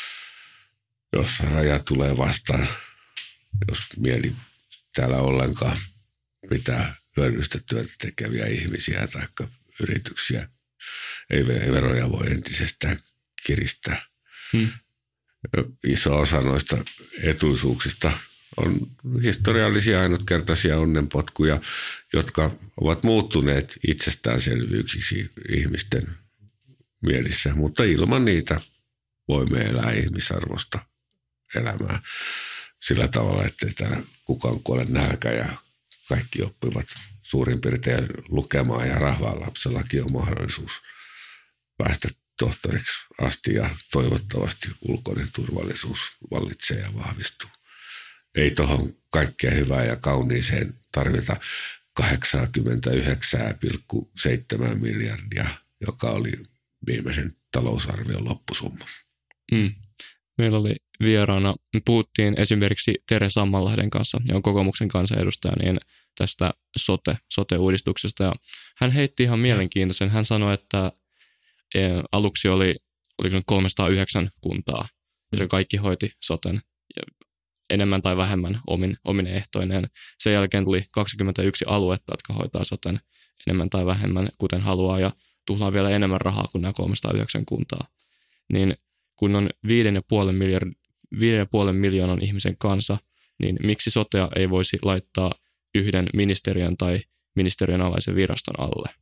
jossa raja tulee vastaan, jos mieli täällä ollenkaan pitää hyödyllistä työtä tekeviä ihmisiä tai yrityksiä. Ei veroja voi entisestään kiristää. Hmm. Iso osa noista etuisuuksista on historiallisia ainutkertaisia onnenpotkuja, jotka ovat muuttuneet itsestäänselvyyksiksi ihmisten mielissä, mutta ilman niitä voimme elää ihmisarvosta elämää sillä tavalla, ettei täällä kukaan kuole nälkä ja kaikki oppivat suurin piirtein lukemaan ja rahvaan lapsellakin on mahdollisuus päästä tohtoriksi asti ja toivottavasti ulkoinen turvallisuus vallitsee ja vahvistuu. Ei tuohon kaikkea hyvää ja kauniiseen tarvita kahdeksankymmentäyhdeksän pilkku seitsemän miljardia, joka oli viimeisen talousarvion loppusumma. Mm. Meillä oli vieraana, me puhuttiin esimerkiksi Tere Sammanlahden kanssa, ja on kokoomuksen kansanedustaja, niin tästä sote, sote-uudistuksesta. Ja hän heitti ihan mielenkiintoisen. Hän sanoi, että aluksi oli, oliko nyt kolmesataayhdeksän kuntaa, ja se kaikki hoiti soten enemmän tai vähemmän omin, omin ehtoineen. Sen jälkeen tuli kaksikymmentäyksi aluetta, jotka hoitaa soten enemmän tai vähemmän kuten haluaa, ja tuhlaa vielä enemmän rahaa kuin nämä kolmesataayhdeksän kuntaa. Niin kun on viiden ja puolen miljard, viiden ja puolen miljoonan ihmisen kanssa, niin miksi sotea ei voisi laittaa yhden ministeriön tai ministeriön alaisen viraston alle?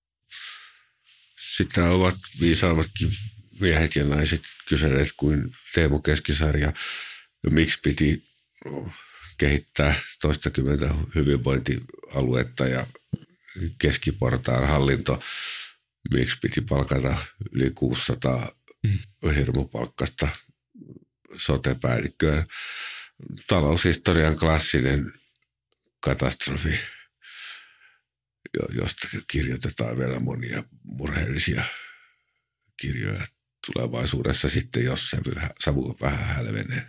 Sitä ovat viisaammatkin miehet ja naiset kyselleet kuin Teemu Keskisarja. Miksi piti kehittää toistakymmentä hyvinvointialuetta ja keskiportaan hallinto? Miksi piti palkata yli kuusisataa mm. hirmupalkkasta sote-päällikköä? Taloushistorian klassinen katastrofi, josta kirjoitetaan vielä monia murheellisia kirjoja tulevaisuudessa sitten, jos savu vähän hälvenee.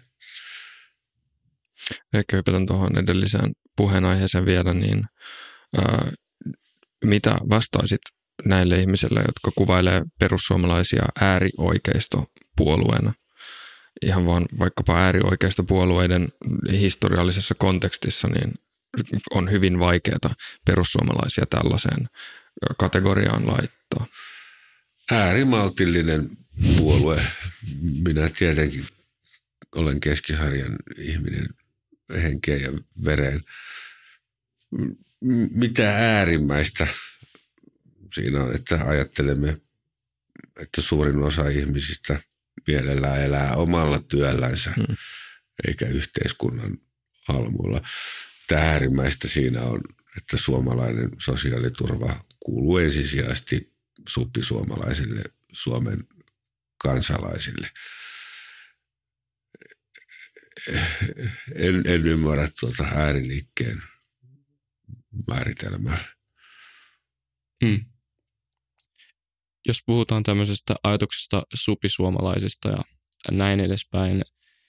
Ehkä hypätän tuohon edelliseen puheenaiheeseen vielä, niin ää, mitä vastaisit näille ihmisille, jotka kuvailee perussuomalaisia äärioikeistopuolueena? Ihan vaan vaikkapa äärioikeistopuolueiden historiallisessa kontekstissa, niin on hyvin vaikeaa perussuomalaisia tällaiseen kategoriaan laittaa. Äärimaltillinen puolue. Minä tietenkin olen Keskisarjan ihminen henkeen ja vereen. Mitä äärimmäistä siinä on, että ajattelemme, että suurin osa ihmisistä mielellään elää omalla työllänsä, hmm. eikä yhteiskunnan almuilla. Tämä äärimmäistä siinä on, että suomalainen sosiaaliturva kuuluu ensisijaisesti suppisuomalaisille Suomen kansalaisille. En, en ymmärrä tuota ääriliikkeen määritelmää. Hmm. Jos puhutaan tämmöisestä ajatuksesta supisuomalaisista ja näin edespäin,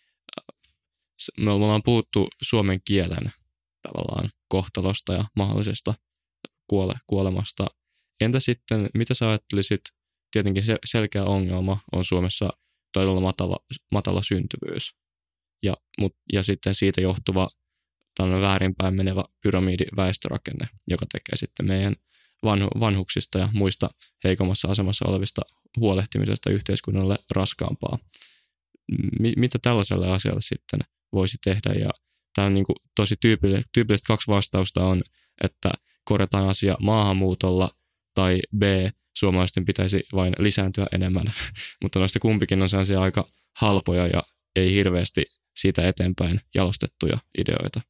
me ollaan puhuttu suomen kielen tavallaan kohtalosta ja mahdollisesta kuole, kuolemasta. Entä sitten, mitä sä ajattelisit, tietenkin se selkeä ongelma on Suomessa todella matala, matala syntyvyys ja, mut, ja sitten siitä johtuva tällainen väärinpäin menevä pyramidiväestörakenne, joka tekee sitten meidän vanhu, vanhuksista ja muista heikommassa asemassa olevista huolehtimisesta yhteiskunnalle raskaampaa. M- mitä tällaiselle asialle sitten voisi tehdä? Ja tämä on niin kuin tosi tyypillistä. Tyypilliset kaksi vastausta on, että korjataan asia maahanmuutolla tai B, suomalaisten pitäisi vain lisääntyä enemmän. Mutta noista kumpikin on sellaisia aika halpoja ja ei hirveästi siitä eteenpäin jalostettuja ideoita.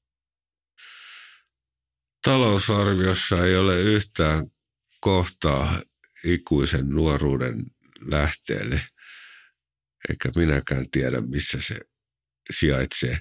Talousarviossa ei ole yhtään kohtaa ikuisen nuoruuden lähteelle, eikä minäkään tiedä, missä se sijaitsee.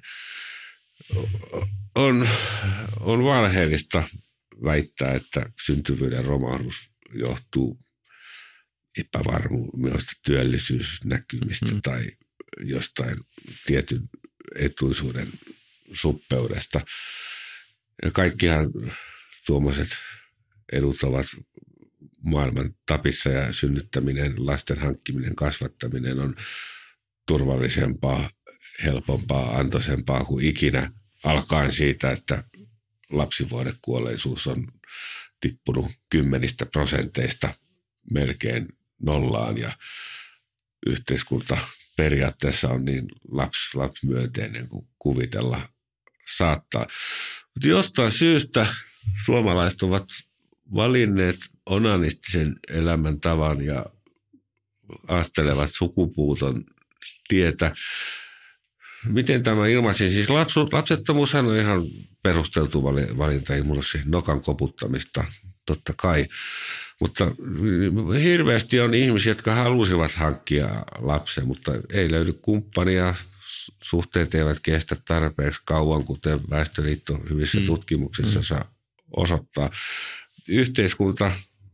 On, on valheellista väittää, että syntyvyyden romahdus johtuu epävarmuudesta työllisyysnäkymistä mm. tai jostain tietyn etuisuuden suppeudesta. Ja kaikkihan tuommoiset edut ovat maailman tapissa ja synnyttäminen, lasten hankkiminen, kasvattaminen on turvallisempaa, helpompaa, antoisempaa kuin ikinä, alkaen siitä, että lapsivuodekuolleisuus on tippunut kymmenistä prosenteista melkein nollaan ja yhteiskunta periaatteessa on niin laps, lapsimyönteinen kuin kuvitella saattaa. Mutta jostain syystä suomalaiset ovat valinneet onanistisen elämäntavan ja ajattelevat sukupuuton tietä. Miten tämä ilmaisin? Siis lapsu, lapsettomuushan on ihan perusteltu valinta, ei mulla ole siihen nokan koputtamista, totta kai. Mutta hirveästi on ihmisiä, jotka halusivat hankkia lapsen, mutta ei löydy kumppania. Suhteet eivät kestä tarpeeksi kauan, kuten Väestöliitto hyvissä mm. tutkimuksissa mm. saa osoittaa. Yhteiskunta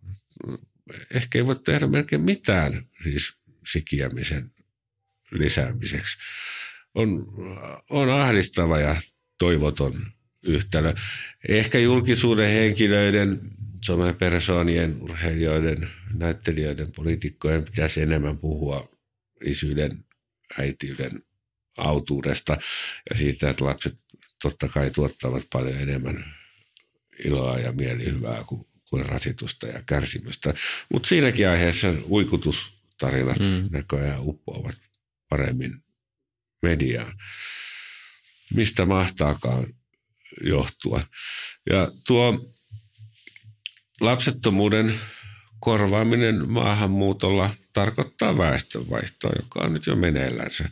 ehkä ei voi tehdä melkein mitään siis sikiämisen lisäämiseksi. On, on ahdistava ja toivoton yhtälö. Ehkä julkisuuden henkilöiden, somepersoonien, urheilijoiden, näyttelijöiden, poliitikkojen pitäisi enemmän puhua isyyden, äitiyden autuudesta ja siitä, että lapset totta kai tuottavat paljon enemmän iloa ja mielihyvää kuin, kuin rasitusta ja kärsimystä. Mutta siinäkin aiheessa uikutustarinat mm. näköjään uppoavat paremmin mediaan. Mistä mahtaakaan johtua. Ja tuo lapsettomuuden korvaaminen maahanmuutolla tarkoittaa väestönvaihtoa, joka on nyt jo meneillänsä.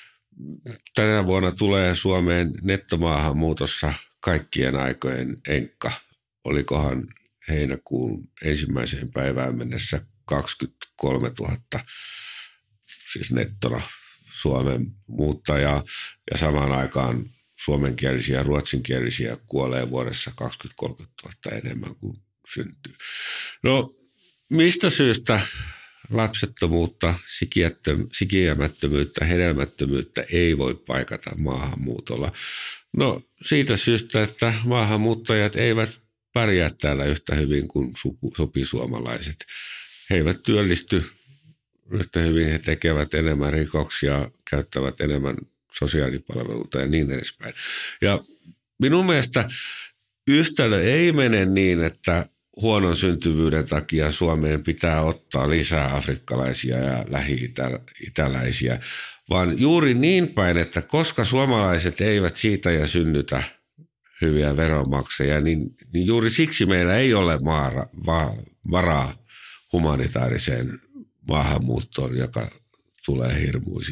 Tänä vuonna tulee Suomeen nettomaahanmuutossa kaikkien aikojen enkka. Olikohan heinäkuun ensimmäiseen päivään mennessä kaksikymmentäkolmetuhatta, siis nettona Suomen muuttajaa. Ja samaan aikaan suomenkielisiä ja ruotsinkielisiä kuolee vuodessa kaksikymmentä kolmekymmentätuhatta enemmän kuin syntyy. No mistä syystä lapsettomuutta, sikiämättömyyttä, hedelmättömyyttä ei voi paikata maahanmuutolla? No siitä syystä, että maahanmuuttajat eivät pärjää täällä yhtä hyvin kuin supisuomalaiset. He eivät työllisty yhtä hyvin, he tekevät enemmän rikoksia, käyttävät enemmän sosiaalipalveluita ja niin edespäin. Ja minun mielestä yhtälö ei mene niin, että huonon syntyvyyden takia Suomeen pitää ottaa lisää afrikkalaisia ja lähi-itäläisiä, vaan juuri niin päin, että koska suomalaiset eivät siitä ja synnytä hyviä veronmaksajia, niin, niin juuri siksi meillä ei ole maara, va, varaa humanitaariseen maahanmuuttoon, joka tulee hirmuisiin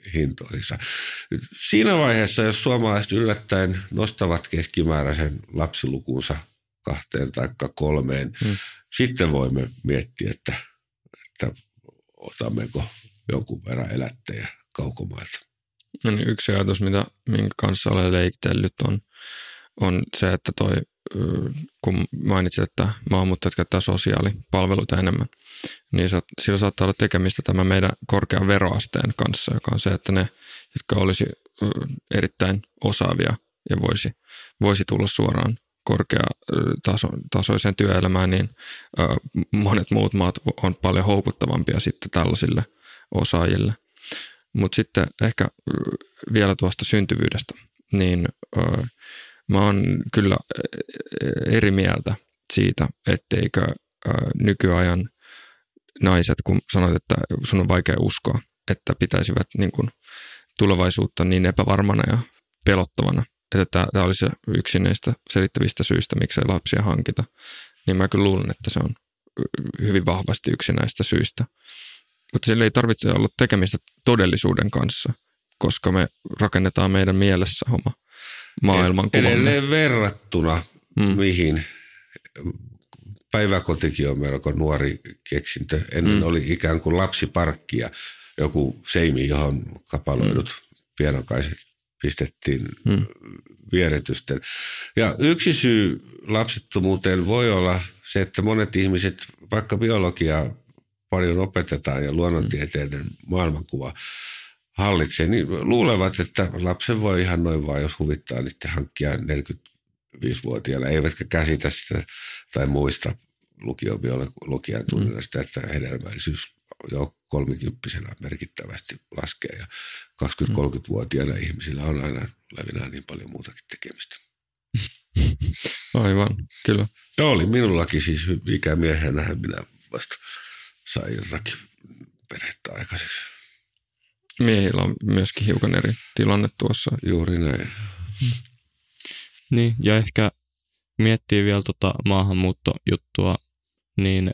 hintoihinsa. Siinä vaiheessa, jos suomalaiset yllättäen nostavat keskimääräisen lapsilukunsa kahteen tai kolmeen, hmm. sitten voimme miettiä, että, että otammeko jonkun verran elättejä kaukomailta. No niin, yksi ajatus, mitä, minkä kanssa olen leikitellyt, on, on se, että toi, kun mainitsit, että maahanmuuttajat käyttää sosiaalipalveluita enemmän, niin sillä saattaa olla tekemistä tämän meidän korkean veroasteen kanssa, joka on se, että ne, jotka olisi erittäin osaavia ja voisi, voisi tulla suoraan korkeatasoiseen työelämään, niin monet muut maat on paljon houkuttavampia sitten tällaisille osaajille. Mutta sitten ehkä vielä tuosta syntyvyydestä, niin mä oon kyllä eri mieltä siitä, etteikö nykyajan naiset, kun sanoit, että sun on vaikea uskoa, että pitäisivät niin kuin tulevaisuutta niin epävarmana ja pelottavana, että tämä olisi yksi näistä selittävistä syistä, miksei lapsia hankita, niin mä kyllä luulen, että se on hyvin vahvasti yksi näistä syistä. Mutta sillä ei tarvitse olla tekemistä todellisuuden kanssa, koska me rakennetaan meidän mielessä oma maailmankuvamme. Edelleen verrattuna mm. mihin päiväkotikin on melko nuori keksintö. Ennen mm. oli ikään kuin lapsiparkki ja joku seimi, johon kapaloidut mm. pienokaiset pistettiin mm. vieretysten. Ja yksi syy lapsettomuuteen voi olla se, että monet ihmiset, vaikka biologiaa paljon opetetaan ja luonnontieteiden maailmankuva hallitsee, niin luulevat, että lapsen voi ihan noin vaan, jos huvittaa niitä hankkia neljäkymmentäviisivuotiaana, eivätkä käsitä sitä tai muista lukiobiologian tunninnasta, että hedelmällisyys jo kolmikymppisenä merkittävästi laskee ja kaksikymmentä-kolmekymmentävuotiaana ihmisillä on aina levinään niin paljon muutakin tekemistä. Aivan, kyllä. Ja oli minullakin siis ikämiehenä, minä vasta sain jotakin perhettä aikaiseksi. Miehillä on myöskin hiukan eri tilanne tuossa. Juuri näin. Niin, ja ehkä miettii vielä tota maahanmuuttojuttua, niin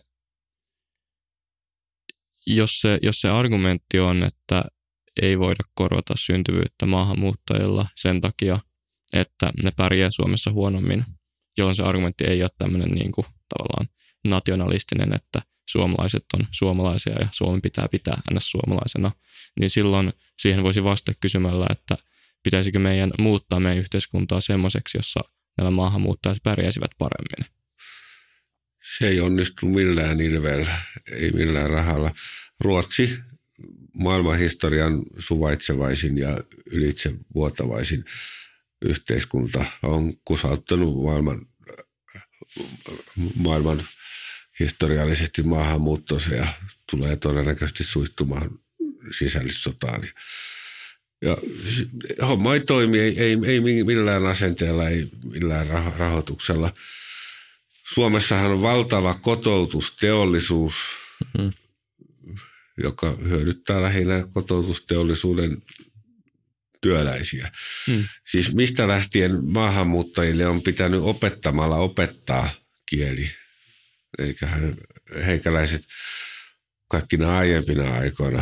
jos se, jos se argumentti on, että ei voida korvata syntyvyyttä maahanmuuttajilla sen takia, että ne pärjää Suomessa huonommin, jolloin se argumentti ei ole tämmöinen niin kuin tavallaan nationalistinen, että suomalaiset on suomalaisia ja Suomi pitää pitää ns. Suomalaisena, niin silloin siihen voisi vastata kysymällä, että pitäisikö meidän muuttaa meidän yhteiskuntaa semmoiseksi, jossa näillä maahanmuuttajat pärjäisivät paremmin. Se ei onnistu millään ilveellä, ei millään rahalla. Ruotsi, maailmanhistorian suvaitsevaisin ja ylitsevuotavaisin yhteiskunta, on kusauttanut maailman, maailman historiallisesti maahanmuuttoon ja tulee todennäköisesti suistumaan sisällissotaan. Ja homma ei toimi, ei, ei, ei millään asenteella, ei millään rahoituksella. Suomessahan on valtava kotoutusteollisuus, mm-hmm. joka hyödyttää lähinnä kotoutusteollisuuden työläisiä. Mm. Siis mistä lähtien maahanmuuttajille on pitänyt opettamalla opettaa kieli. Eiköhän heikäläiset kaikkina aiempina aikoina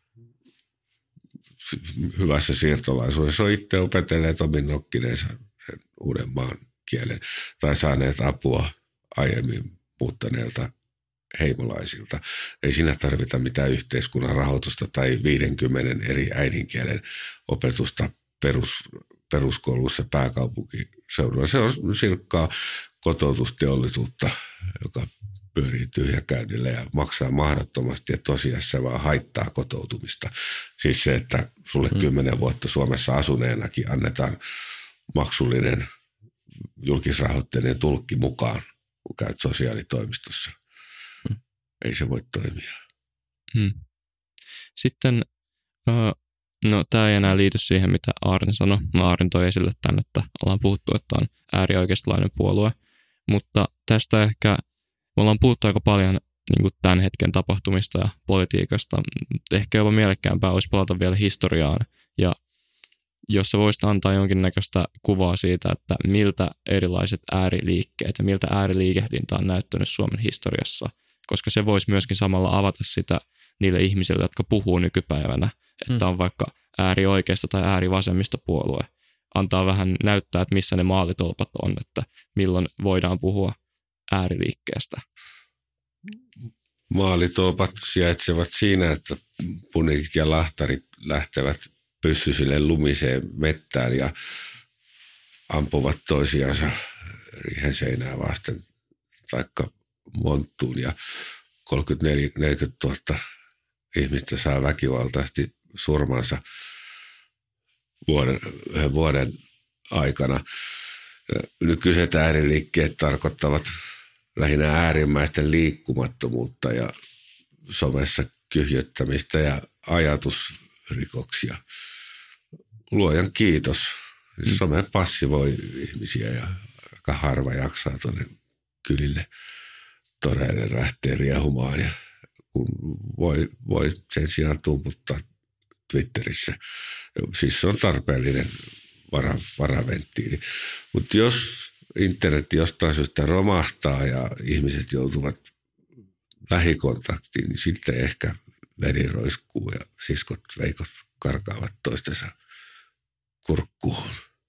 hyvässä siirtolaisuudessa on itse opetelleet omin nokkineensa sen uuden maan kielen tai saaneet apua aiemmin muuttaneelta heimolaisilta. Ei siinä tarvita mitään yhteiskunnan rahoitusta tai viidenkymmenen eri äidinkielen opetusta perus, peruskoulussa pääkaupunkiseudulla. Se on silkkaa kotoutusteollisuutta, joka pyörii tyhjäkäynnillä ja maksaa mahdottomasti ja tosiasiassa vaan haittaa kotoutumista. Siis se, että sulle kymmenen vuotta Suomessa asuneenakin annetaan maksullinen julkisrahoitteinen tulkki mukaan, kun käyt sosiaalitoimistossa. Hmm. Ei se voi toimia. Hmm. Sitten, no tämä ei enää liity siihen, mitä Aaren sanoi. No, Aaren toi esille tämän, että ollaan puhuttu, että on äärioikeistolainen puolue. Mutta tästä ehkä, me ollaan puhuttu aika paljon niin kuin tämän hetken tapahtumista ja politiikasta. Ehkä jopa mielekkäämpää olisi palata vielä historiaan. Ja jos sä voisit antaa jonkinnäköistä kuvaa siitä, että miltä erilaiset ääriliikkeet ja miltä ääriliikehdintä on näyttänyt Suomen historiassa. Koska se voisi myöskin samalla avata sitä niille ihmisille, jotka puhuu nykypäivänä. Että on vaikka äärioikeisto tai äärivasemmistopuolue. Antaa vähän näyttää, että missä ne maalitolpat on, että milloin voidaan puhua ääriliikkeestä. Maalitolpat sijaitsevat siinä, että punikit ja lahtarit lähtevät pyssyisille lumiseen mettään ja ampuvat toisiansa riihen seinää vasten taikka monttuun ja kolmekymmentä neljäkymmentä tuhatta ihmistä saa väkivaltaisesti surmansa vuoden, yhden vuoden aikana. Nykyiset ääriliikkeet tarkoittavat lähinnä äärimmäisten liikkumattomuutta ja somessa kyhjöttämistä ja ajatusrikoksia. Luojan kiitos. Some passivoi ihmisiä ja aika harva jaksaa tuonne kylille toreille rähteen riehumaan. Ja kun voi, voi sen sijaan tumputtaa Twitterissä. Siis se on tarpeellinen vara, varaventtiili. Mutta jos internet jostain syystä romahtaa ja ihmiset joutuvat lähikontaktiin, niin sitten ehkä veri roiskuu ja siskot veikot karkaavat toistensa kurkkuun.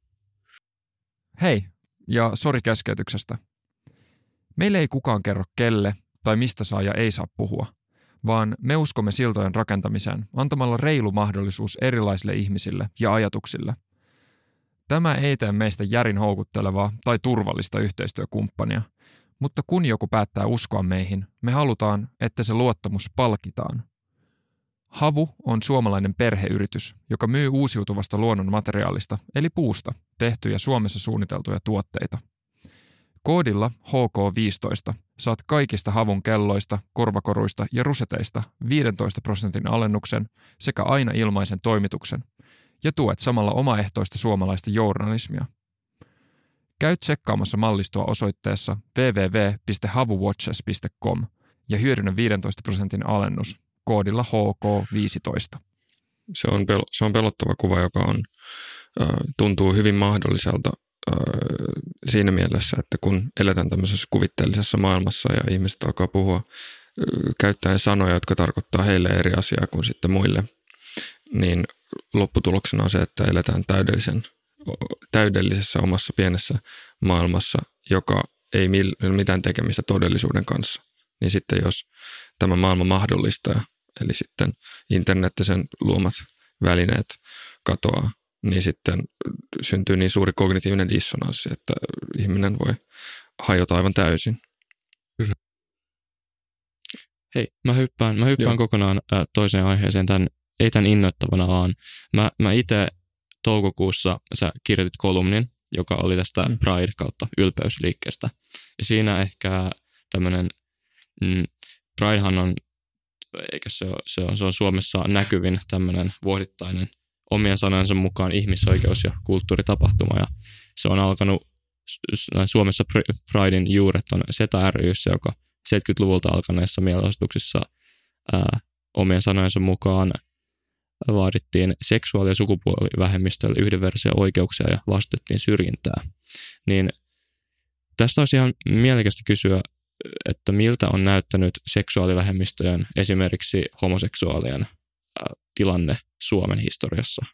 Hei, ja sori keskeytyksestä. Meille ei kukaan kerro kelle tai mistä saa ja ei saa puhua, vaan me uskomme siltojen rakentamiseen antamalla reilu mahdollisuus erilaisille ihmisille ja ajatuksille. Tämä ei tee meistä järin houkuttelevaa tai turvallista yhteistyökumppania, mutta kun joku päättää uskoa meihin, me halutaan, että se luottamus palkitaan. Havu on suomalainen perheyritys, joka myy uusiutuvasta luonnon materiaalista, eli puusta, tehtyjä Suomessa suunniteltuja tuotteita. Koodilla H K viisitoista saat kaikista havun kelloista, korvakoruista ja ruseteista viisitoista prosentin alennuksen sekä aina ilmaisen toimituksen, ja tuet samalla omaehtoista suomalaista journalismia. Käy tsekkaamassa mallistoa osoitteessa double-u double-u double-u piste havuwatches piste com ja hyödynnä viisitoista prosentin alennus koodilla H K viisitoista. Se on, pel- se on pelottava kuva, joka on, äh, tuntuu hyvin mahdolliselta äh, siinä mielessä, että kun eletään tämmöisessä kuvitteellisessa maailmassa ja ihmiset alkaa puhua äh, käyttäen sanoja, jotka tarkoittaa heille eri asiaa kuin sitten muille, niin lopputuloksena on se, että eletään täydellisen, täydellisessä omassa pienessä maailmassa, joka ei ole mitään tekemistä todellisuuden kanssa. Niin sitten jos tämä maailma mahdollistaa, eli sitten internet ja sen luomat välineet katoaa, niin sitten syntyy niin suuri kognitiivinen dissonanssi, että ihminen voi hajota aivan täysin. Kyllä. Hei, mä hyppään, mä hyppään kokonaan äh, toiseen aiheeseen, tämän, ei tämän innoittavana, vaan mä, mä itse toukokuussa sä kirjoitit kolumnin, joka oli tästä mm. Pride kautta ylpeysliikkeestä. Ja siinä ehkä tämmöinen, mm, Pridehan on, eikä se ole, se on, se on Suomessa näkyvin tämmöinen vuosittainen omien sanojensa mukaan ihmisoikeus- ja kulttuuritapahtuma. Ja se on alkanut, Suomessa Pridein juuret on SETA ry:ssä, joka seitsemänkymmentäluvulta alkaneissa mielenosoituksissa ää, omien sanojensa mukaan vaadittiin seksuaali- ja sukupuolivähemmistöille yhdenvertaisia oikeuksia ja vastustettiin syrjintää. Niin tästä olisi ihan mielekästä kysyä, että miltä on näyttänyt seksuaalivähemmistöjen, esimerkiksi homoseksuaalien ää, tilanne Suomen historiassa?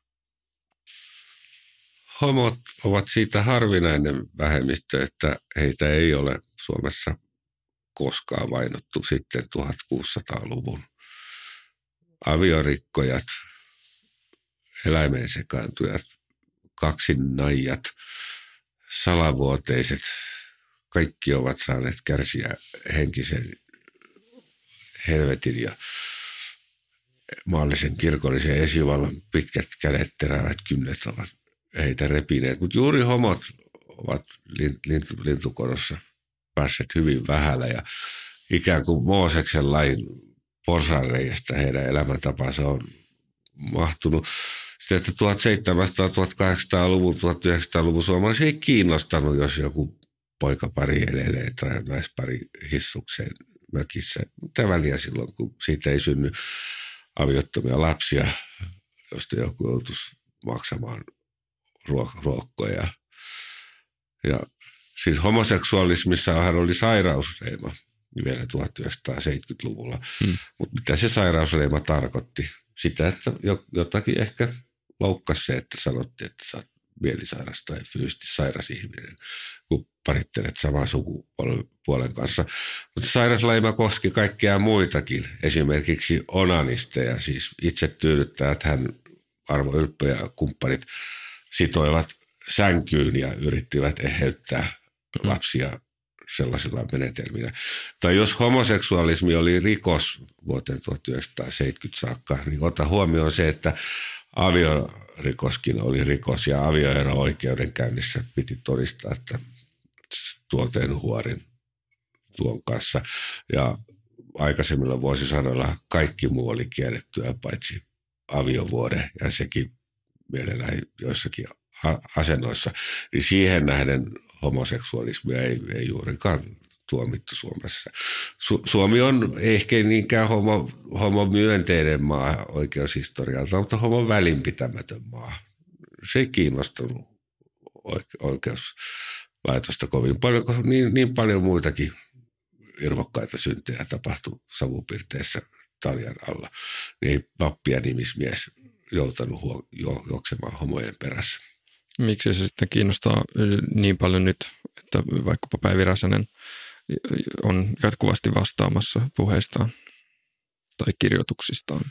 Homot ovat siitä harvinainen vähemmistö, että heitä ei ole Suomessa koskaan vainottu sitten tuhatkuusisataaluvun. Aviorikkojat, eläimeen sekaantujat, kaksinaijat, salavuoteiset, kaikki ovat saaneet kärsiä henkisen helvetin ja maallisen kirkollisen esivallan pitkät kädet, terävät kynnet ovat heitä repineet. Mutta juuri homot ovat lintu, lintukodossa päässeet hyvin vähällä ja ikään kuin Mooseksen lain porsaanreiästä heidän elämäntapansa on mahtunut. Sitten, että tuhatseitsemänsataa-, tuhatkahdeksansataaluvun, tuhatyhdeksänsataaluvun suomalaisia ei kiinnostanut, jos joku poikapari elelee tai naispari hissukseen mökissä. Mitä väliä silloin, kun siitä ei synny aviottomia lapsia, josta joku joutuisi maksamaan ruok- ruokkoja. Ja siis homoseksuaalismissahan oli sairausleima vielä tuhatyhdeksänsataaseitsemänkymmentäluvulla. Hmm. Mutta mitä se sairausleima tarkoitti? Sitä, että jotakin ehkä loukkasi se, että sanottiin, että sä oot mielisairas tai fyysisesti sairas ihminen, kun parittelet saman sukupuolen kanssa. Mutta sairasleima koski kaikkea muitakin, esimerkiksi onanisteja, siis itse tyydyttäjät, hän Arvo Ylppö ja kumppanit sitoivat sänkyyn ja yrittivät eheyttää lapsia sellaisilla menetelmillä. Tai jos homoseksualismi oli rikos vuoteen tuhatyhdeksänsataaseitsemänkymmentä saakka, niin ota huomioon se, että aviorikoskin oli rikos ja avioero-oikeudenkäynnissä piti todistaa, että tuon huorin tuon kanssa. Ja aikaisemmilla vuosisadoilla kaikki muu oli kiellettyä paitsi aviovuode ja sekin mielellään joissakin asennoissa. Niin siihen nähden homoseksualismia ei, ei juurikaan tuomittu Suomessa. Su- Suomi on ehkä niinkään homo, homomyönteinen maa oikeushistorialta, mutta homon välinpitämätön maa. Se ei kiinnostunut oike- oikeuslaitosta kovin paljon, koska niin, niin paljon muitakin irvokkaita syntejä tapahtui savupirteissä taljan alla. Niin pappi ja nimismies joutanut huo- jo- juoksemaan homojen perässä. Miksi se sitten kiinnostaa niin paljon nyt, että vaikkapa Päivi Räsänen on jatkuvasti vastaamassa puheistaan tai kirjoituksistaan?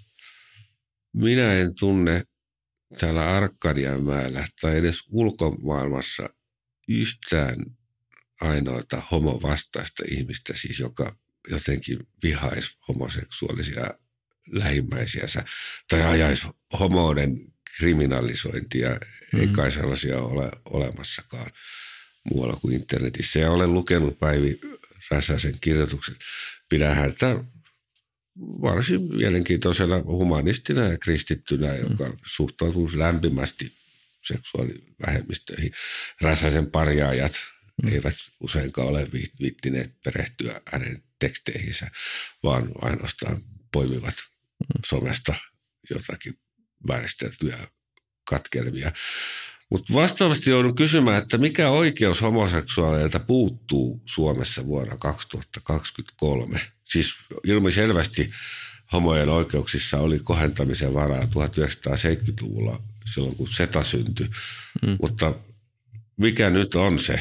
Minä en tunne täällä Arkadianmäellä tai edes ulkomaailmassa yhtään ainoata homovastaista ihmistä, siis joka jotenkin vihaisi homoseksuaalisia lähimmäisiänsä tai ajaisi homouden kriminalisointia. Mm-hmm. Ei kai sellaisia ole olemassakaan muualla kuin internetissä. Ja olen lukenut Päivi Räsäsen kirjoitukset. Pidän häntä varsin mielenkiintoisena humanistina ja kristittynä, joka mm-hmm. suhtautuu lämpimästi seksuaalivähemmistöihin. Räsäsen parjaajat mm-hmm. eivät useinkaan ole viittineet perehtyä hänen teksteihinsä, vaan ainoastaan poimivat mm-hmm. somesta jotakin vääristeltyjä katkelmia. Mutta vastaavasti joudun kysymään, että mikä oikeus homoseksuaaleilta puuttuu Suomessa vuonna kaksituhattakaksikymmentäkolme? Siis ilmiselvästi homojen oikeuksissa oli kohentamisen varaa tuhatyhdeksänsataaseitsemänkymmentäluvulla silloin, kun SETA syntyi. Mm. Mutta mikä nyt on se,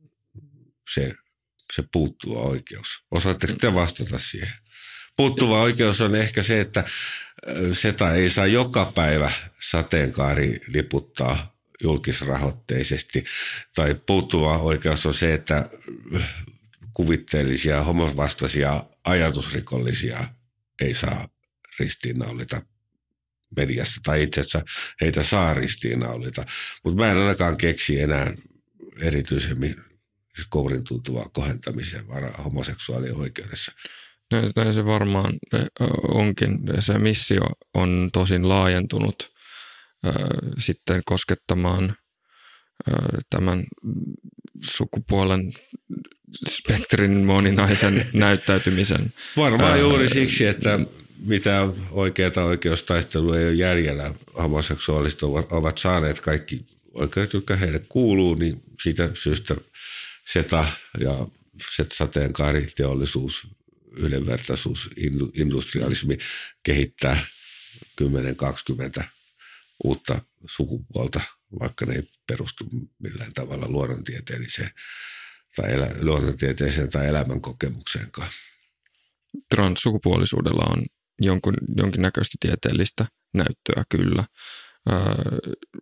se, se puuttuva oikeus? Osaatteko te vastata siihen? Puuttuva oikeus on ehkä se, että SETA ei saa joka päivä sateenkaari liputtaa julkisrahoitteisesti. Tai puuttuva oikeus on se, että kuvitteellisia homovastaisia ajatusrikollisia ei saa ristiinnaulita mediassa. Tai itse asiassa heitä saa ristiinnaulita. Mutta mä en ainakaan keksi enää erityisemmin kourin tuntuvaa kohentamisen varaa homoseksuaalien oikeudessa. Näin se varmaan onkin. Se missio on tosin laajentunut äh, sitten koskettamaan äh, tämän sukupuolen spektrin moninaisen näyttäytymisen. Varmaan äh, juuri siksi, että mitä oikeata oikeustaistelua ei ole jäljellä. Homoseksuaaliset ovat, ovat saaneet kaikki oikeudet, jotka heille kuuluu, niin siitä syystä SETA ja sateenkaariteollisuus, yhdenvertaisuus, industrialismi kehittää kymmenen kaksikymmentä uutta sukupuolta, vaikka ne ei perustu millään tavalla luonnontieteelliseen tai, elä, luonnontieteelliseen tai elämänkokemukseenkaan. Transsukupuolisuudella on jonkun, jonkinnäköistä tieteellistä näyttöä kyllä. Öö,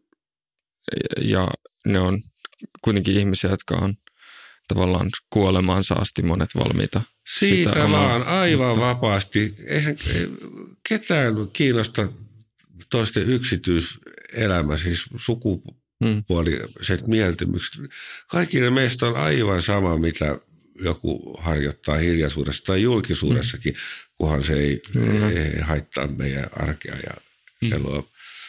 ja ne on kuitenkin ihmisiä, jotka on tavallaan kuolemaansa asti monet valmiita. Siitä sitä vaan omaa, aivan mutta vapaasti. Eihän ketään kiinnosta toisten yksityiselämä, siis sukupuoliset hmm. mieltymykset. Kaikille meistä on aivan sama, mitä joku harjoittaa hiljaisuudessa tai julkisuudessakin, hmm. kunhan se ei, hmm. ei haittaa meidän arkea ja hmm. eloa.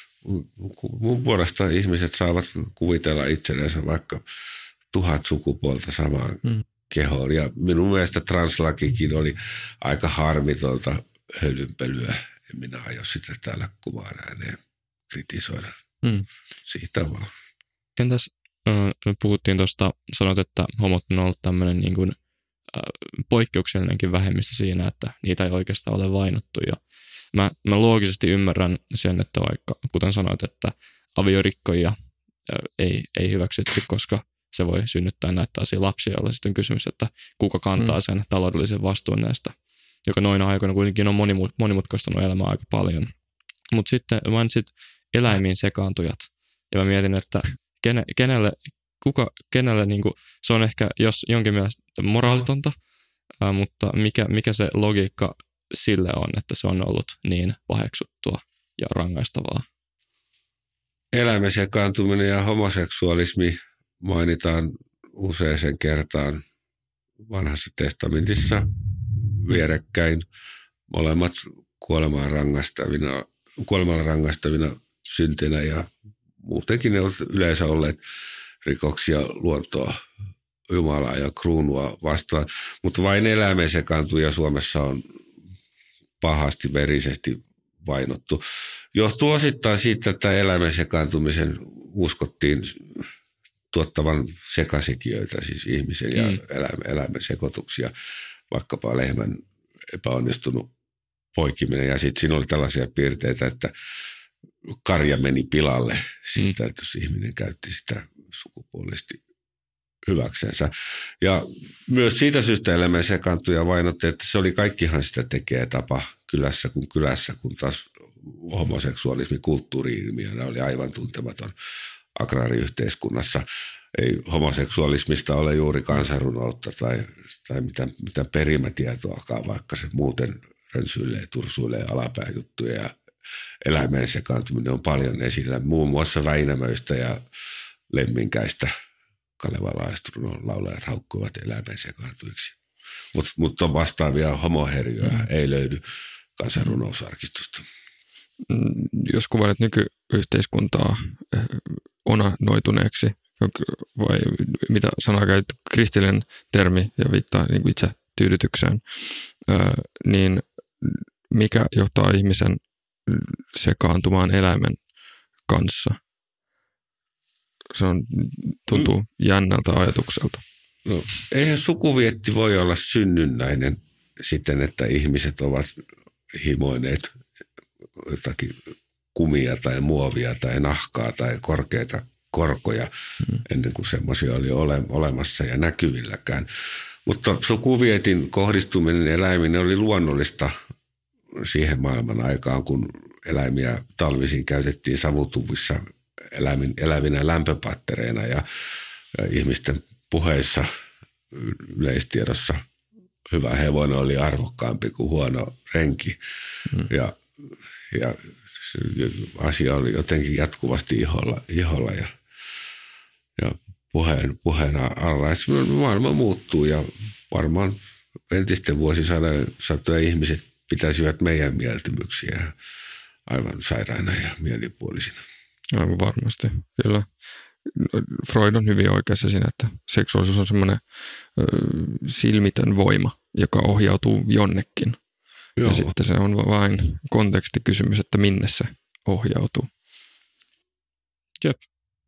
Mun puolesta ihmiset saavat kuvitella itsellensä vaikka tuhat sukupuolta samaan mm. kehoon. Ja minun mielestä translakikin oli aika harmitonta hölynpölyä. En minä aio sitä täällä kuvaan ääneen kritisoida. Mm. Siitä vaan. Entäs puhuttiin tuosta, sanot, että homot on ollut tämmöinen niin kuin, äh, poikkeuksellinenkin vähemmistö siinä, että niitä ei oikeastaan ole vainottu. Ja mä, mä loogisesti ymmärrän sen, että vaikka, kuten sanoit, että aviorikkoja ei, ei hyväksytty, koska se voi synnyttää näitä taas lapsia, joilla sitten on kysymys, että kuka kantaa sen taloudellisen vastuun näistä, joka noina aikoina kuitenkin on monimut, monimutkaistanut elämää aika paljon. Mutta sitten mainitsit eläimiin sekaantujat, ja mä mietin, että kene, kenelle, kuka, kenelle niin kuin, se on ehkä jos jonkin mielestä moraalitonta, ää, mutta mikä, mikä se logiikka sille on, että se on ollut niin paheksuttua ja rangaistavaa? Eläimen sekaantuminen ja homoseksualismi mainitaan useaseen kertaan vanhassa testamentissa vierekkäin, molemmat kuolemaan rangaistavina, kuolemalla rangaistavina syntinä ja muutenkin ne ovat yleensä olleet rikoksia luontoa, Jumalaa ja kruunua vastaan, mutta vain eläimen sekaantuja Suomessa on pahasti verisesti vainottu. Johtuu osittain siitä, että eläimen sekaantumisen uskottiin tuottavan sekasekijöitä, siis ihmisen ja mm. eläimen, eläimen sekoituksia, vaikkapa lehmän epäonnistunut poikiminen. Ja sitten siinä oli tällaisia piirteitä, että karja meni pilalle siitä, mm. että jos ihminen käytti sitä sukupuolisesti hyväksensä. Ja myös siitä syystä eläimen sekaantuja vainotti, että se oli kaikkihan sitä tekee tapa kylässä kuin kylässä, kun taas homoseksualismi kulttuuri-ilmiönä oli aivan tuntematon agraariyhteiskunnassa. Ei homoseksualismista ole juuri kansanrunoutta tai, tai mitään, mitään perimätietoakaan, vaikka se muuten rönsyilee, tursuilee alapäin juttuja ja eläimeen sekaantuminen on paljon esillä, muun muassa Väinämöistä ja Lemminkäistä kalevalaiset runonlaulajat haukkuvat eläimeen sekaantuiksi. Mutta mut on vastaavia homoherjoja, mm. ei löydy kansanrunousarkistosta. Jos kuvailet nykyyhteiskuntaa onanoituneeksi, vai mitä sanaa käytetty, kristillinen termi ja viittaa niin kuin itse tyydytykseen, niin mikä johtaa ihmisen sekaantumaan eläimen kanssa? Se on, tuntuu jännältä ajatukselta. No, eihän sukuvietti voi olla synnynnäinen siten, että ihmiset ovat himoineet jotakin kumia tai muovia tai nahkaa tai korkeita korkoja hmm. ennen kuin semmoisia oli ole, olemassa ja näkyvilläkään. Mutta sukuvietin kohdistuminen eläimiin oli luonnollista siihen maailman aikaan, kun eläimiä talvisin käytettiin savutuvissa eläimin, elävinä lämpöpattereina ja, ja ihmisten puheissa yleistiedossa hyvä hevonen oli arvokkaampi kuin huono renki. Mm. Ja, ja asia oli jotenkin jatkuvasti iholla, iholla ja, ja puheen, puheen alla. Maailma muuttuu ja varmaan entisten vuosisatojen ihmiset pitäisivät meidän mieltymyksiä aivan sairaina ja mielipuolisina. Aivan varmasti, kyllä. Freud on hyvin oikeassa siinä, että seksuaalisuus on semmoinen ö, silmitön voima, joka ohjautuu jonnekin. Joo. Ja sitten se on vain kontekstikysymys, että minne se ohjautuu. Jep.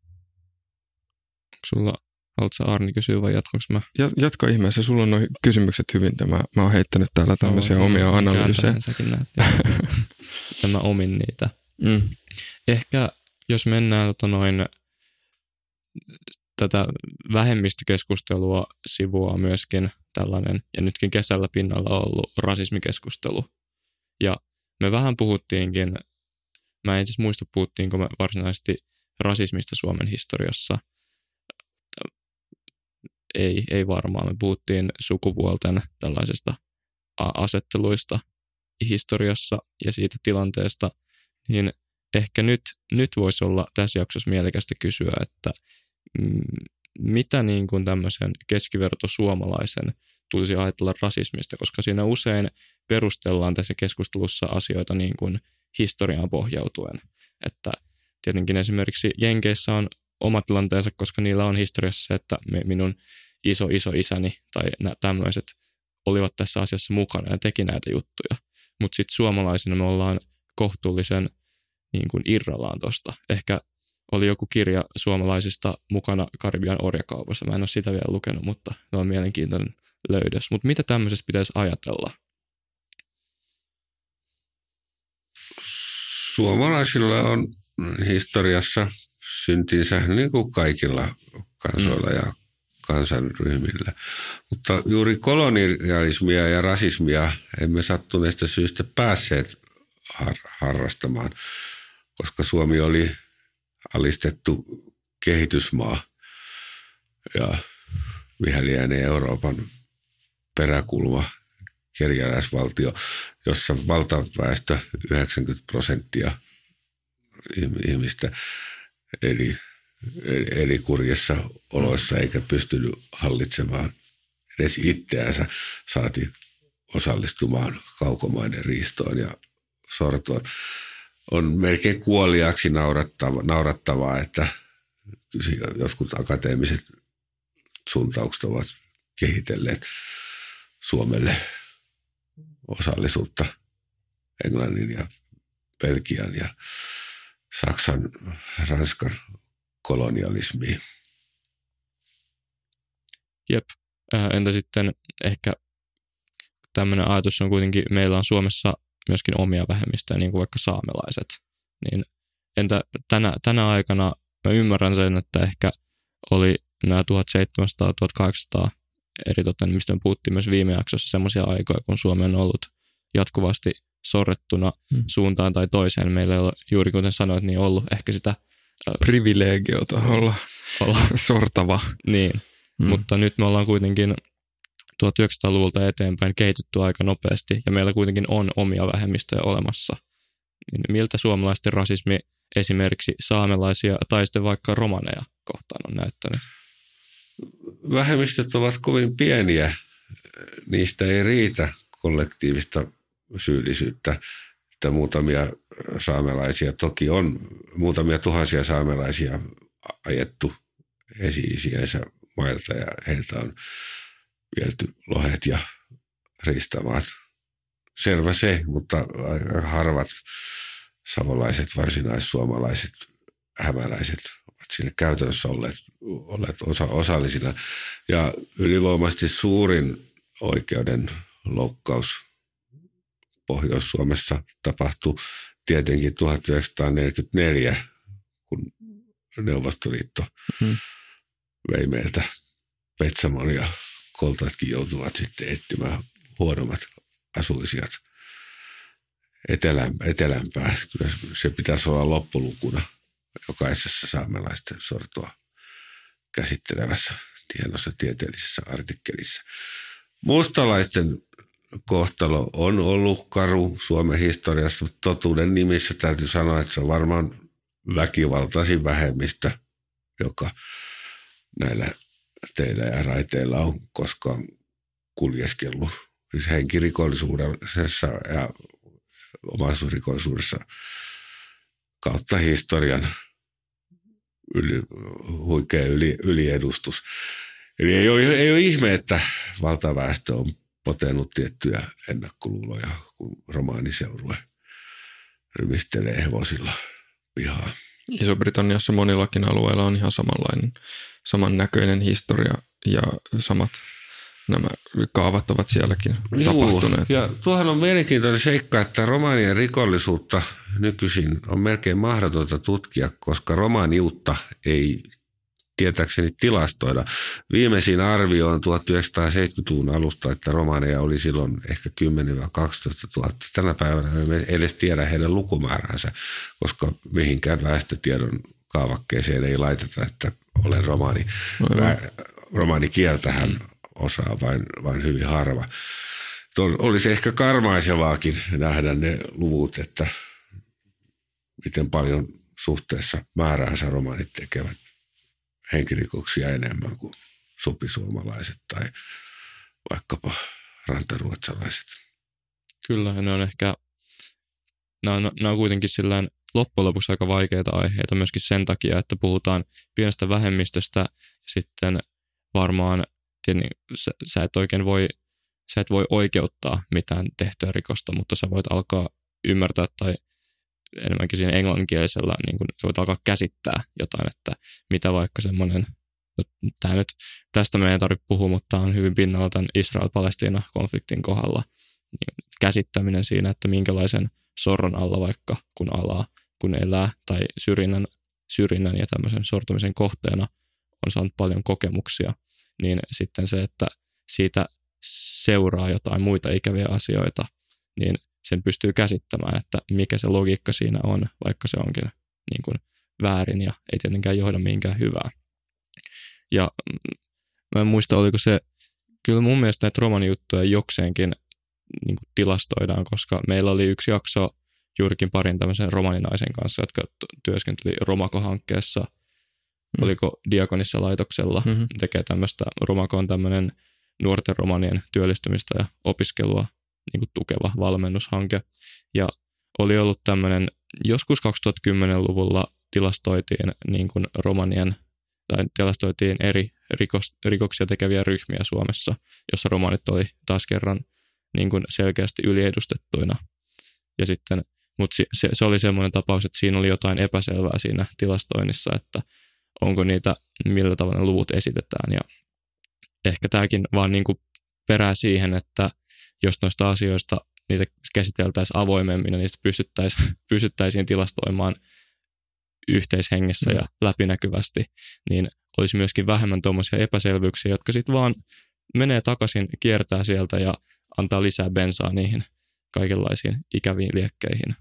Sulla, haluatko sä Arni kysyä vai jatkanko mä? Jatka ihmeessä, sulla on nuo kysymykset hyvin. Mä, mä oon heittänyt täällä tämmöisiä no, omia analyysejä. Säkin näet. Tämä omin niitä. Mm. Ehkä jos mennään tota noin, tätä vähemmistökeskustelua sivua myöskin tällainen, ja nytkin kesällä pinnalla on ollut rasismikeskustelu. Ja me vähän puhuttiinkin, mä en siis muista puhuttiinko me varsinaisesti rasismista Suomen historiassa. Ei, ei varmaan. Me puhuttiin sukupuolten tällaisesta asetteluista historiassa ja siitä tilanteesta, niin ehkä nyt, nyt voisi olla tässä jaksossa mielekästä kysyä, että mm, mitä niin kuin tämmöisen keskiverto suomalaisen tulisi ajatella rasismista, koska siinä usein perustellaan tässä keskustelussa asioita niin kuin historiaan pohjautuen. Että tietenkin esimerkiksi Jenkeissä on oma tilanteensa, koska niillä on historiassa se, että minun iso iso isäni tai tämmöiset olivat tässä asiassa mukana ja teki näitä juttuja. Mutta sitten suomalaisina me ollaan kohtuullisen niin kuin irrallaan tosta. Ehkä oli joku kirja suomalaisista mukana Karibian orjakaupassa. Mä en ole sitä vielä lukenut, mutta se on mielenkiintoinen löydös. Mutta mitä tämmöisestä pitäisi ajatella? Suomalaisilla on historiassa syntinsä niin kuin kaikilla kansoilla ja kansanryhmillä. Mutta juuri kolonialismia ja rasismia emme sattuneesta syystä päässeet har- harrastamaan, koska Suomi oli alistettu kehitysmaa ja viheliäinen Euroopan peräkulma, kerjäläisvaltio, jossa valtaväestö yhdeksänkymmentä prosenttia ihmistä eli, eli kurjessa oloissa eikä pystynyt hallitsemaan edes itseänsä, saati osallistumaan kaukomaiden riistoon ja sortoon. On melkein kuoliaksi naurattava, naurattavaa, että jotkut akateemiset suuntaukset ovat kehitelleet Suomelle osallisuutta Englannin ja Belgian ja Saksan, Ranskan kolonialismiin. Jep. Entä sitten ehkä tämmöinen ajatus on kuitenkin, meillä on Suomessa myöskin omia vähemmistöjä, niin kuin vaikka saamelaiset. Niin entä tänä, tänä aikana mä ymmärrän sen, että ehkä oli nämä tuhatseitsemänsataa tuhatkahdeksansataa eritoten, mistä me puhuttiin myös viime jaksossa, semmoisia aikoja, kun Suomi on ollut jatkuvasti sorrettuna hmm. suuntaan tai toiseen. Meillä ei ole, juuri kuten sanoit, niin ollut ehkä sitä privilegiota olla, olla sortava. Niin, hmm. mutta nyt me ollaan kuitenkin tuhatyhdeksänsataaluvulta eteenpäin kehitytty aika nopeasti ja meillä kuitenkin on omia vähemmistöjä olemassa. Niin miltä suomalaisten rasismi esimerkiksi saamelaisia tai sitten vaikka romaneja kohtaan on näyttänyt? Vähemmistöt ovat kovin pieniä. Niistä ei riitä kollektiivista syyllisyyttä. Että muutamia saamelaisia toki on, muutamia tuhansia saamelaisia ajettu esi-isiensä mailta ja heiltä on viety lohet ja riistamaat. Selvä se, mutta aika harvat savolaiset, varsinaissuomalaiset, hämäläiset ovat siinä käytännössä olleet, olleet osa, osallisina. Ja ylivoimaisesti suurin oikeuden loukkaus Pohjois-Suomessa tapahtui tietenkin tuhatyhdeksänsataaneljäkymmentäneljä, kun Neuvostoliitto hmm. vei meiltä Petsamon ja koltatkin joutuvat sitten etsimään huonommat asuisijat etelän, etelämpää. Kyllä se pitäisi olla loppulukuna jokaisessa saamelaisten sortoa käsittelevässä hienossa tieteellisessä artikkelissa. Mustalaisten kohtalo on ollut karu Suomen historiassa, mutta totuuden nimissä täytyy sanoa, että se on varmaan väkivaltaisin vähemmistö, joka näillä teillä ja raiteilla on koskaan kuljeskellut. Siis henkirikollisuudessa ja omaisuusrikollisuudessa kautta historian yli, huikea yli, yliedustus. Eli ei ole, ei ole ihme, että valtaväestö on potenut tiettyjä ennakkoluuloja, kun romaaniseurue rymistelee hevosilla pihaa. Iso-Britanniassa monillakin alueilla on ihan samanlainen, samannäköinen historia ja samat nämä kaavat ovat sielläkin Juu, tapahtuneet. Ja tuohan on mielenkiintoinen seikka, että romaanien rikollisuutta nykyisin on melkein mahdotonta tutkia, koska romaaniutta ei tietääkseni tilastoida. Viimeisin arvio on tuhatyhdeksänsataaseitsemänkymmentäluvun alusta, että romaaneja oli silloin ehkä kymmenen kaksitoista tuhatta. Tänä päivänä emme edes tiedä heidän lukumääränsä, koska mihinkään väestötiedon kaavakkeeseen ei laiteta, että olen romaani. Romaanikieltähän osaa vain, vain hyvin harva. Tuo olisi ehkä karmaisevaakin nähdä ne luvut, että miten paljon suhteessa määräänsä romaanit tekevät henkirikoksia enemmän kuin supisuomalaiset tai vaikkapa rantaruotsalaiset. Kyllä, ne on ehkä, nämä on, nämä on kuitenkin sillään loppujen lopuksi aika vaikeita aiheita myöskin sen takia, että puhutaan pienestä vähemmistöstä ja sitten varmaan sä, sä et oikein voi, sä et voi oikeuttaa mitään tehtyä rikosta, mutta sä voit alkaa ymmärtää tai enemmänkin siinä englanninkielisellä, niin kun sä voit alkaa käsittää jotain, että mitä vaikka semmoinen, tää nyt, tästä meidän ei tarvitse puhua, mutta tämä on hyvin pinnalla tämän Israel-Palestiina-konfliktin kohdalla, niin käsittäminen siinä, että minkälaisen sorron alla vaikka kun alaa, kun elää tai syrjinnän, syrjinnän ja tämmöisen sortumisen kohteena on saanut paljon kokemuksia, niin sitten se, että siitä seuraa jotain muita ikäviä asioita, niin sen pystyy käsittämään, että mikä se logiikka siinä on, vaikka se onkin niin kuin väärin ja ei tietenkään johda mihinkään hyvää. Ja mä en muista, oliko se, kyllä mun mielestä näitä romanijuttuja jokseenkin niin kuin tilastoidaan, koska meillä oli yksi jakso juurikin parin tämmöisen romaninaisen kanssa, jotka työskenteli Romako-hankkeessa, mm. oliko Diakonissa laitoksella, mm-hmm. tekee tämmöistä, Romako on tämmöinen nuorten romanien työllistymistä ja opiskelua niin kuin tukeva valmennushanke. Ja oli ollut tämmöinen, joskus kaksituhattakymmenluvulla tilastoitiin niin kuin romanien, tai tilastoitiin eri rikos, rikoksia tekeviä ryhmiä Suomessa, jossa romanit oli taas kerran niin kuin selkeästi yliedustettuina. Ja sitten, mutta se, se oli semmoinen tapaus, että siinä oli jotain epäselvää siinä tilastoinnissa, että onko niitä, millä tavalla ne luvut esitetään. Ja ehkä tämäkin vaan niin kuin perää siihen, että jos noista asioista niitä käsiteltäisiin avoimemmin ja niistä pystyttäisiin, pystyttäisiin tilastoimaan yhteishengessä ja läpinäkyvästi, niin olisi myöskin vähemmän tuommoisia epäselvyyksiä, jotka sitten vaan menee takaisin, kiertää sieltä ja antaa lisää bensaa niihin kaikenlaisiin ikäviin liekkeihin.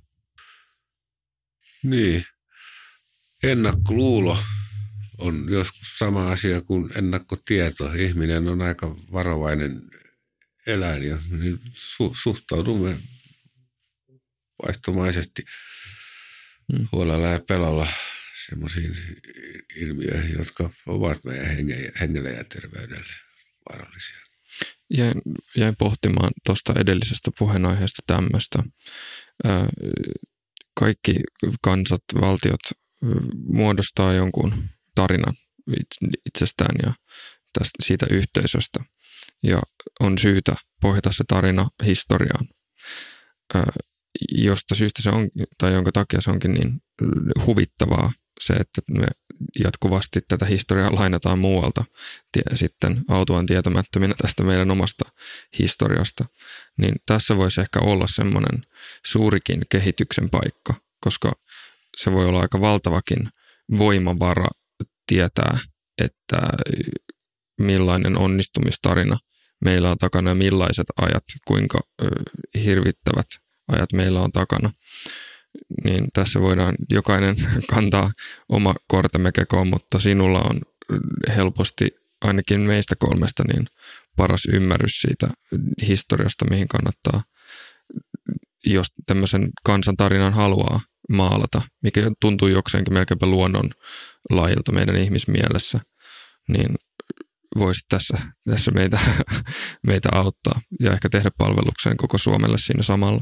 Niin. Ennakkoluulo on joskus sama asia kuin ennakkotieto. Ihminen on aika varovainen eläin ja niin su- suhtaudumme vaihtomaisesti hmm. huolella ja pelolla semmoisiin ilmiöihin, jotka ovat meidän henge- hengelle ja terveydelle vaarallisia. Jäin, jäin pohtimaan tuosta edellisestä puheenaiheesta tämmöistä. Kaikki kansat, valtiot muodostaa jonkun tarinan itsestään ja tästä, siitä yhteisöstä. Ja on syytä pohjata se tarina historiaan, josta syystä se on, tai jonka takia se onkin niin huvittavaa se, että me jatkuvasti tätä historiaa lainataan muualta sitten autuaan tietämättöminä tästä meidän omasta historiasta. Niin tässä voisi ehkä olla semmoinen suurikin kehityksen paikka, koska se voi olla aika valtavakin voimavara tietää, että millainen onnistumistarina meillä on takana ja millaiset ajat, kuinka hirvittävät ajat meillä on takana. Niin tässä voidaan jokainen kantaa oma kortemme kekoon, mutta sinulla on helposti ainakin meistä kolmesta niin paras ymmärrys siitä historiasta, mihin kannattaa, jos tämmöisen kansantarinan haluaa maalata, mikä tuntuu jokseenkin melkeinpä luonnon lajilta meidän ihmismielessä, niin voisi tässä, tässä meitä, meitä auttaa ja ehkä tehdä palveluksen koko Suomelle siinä samalla.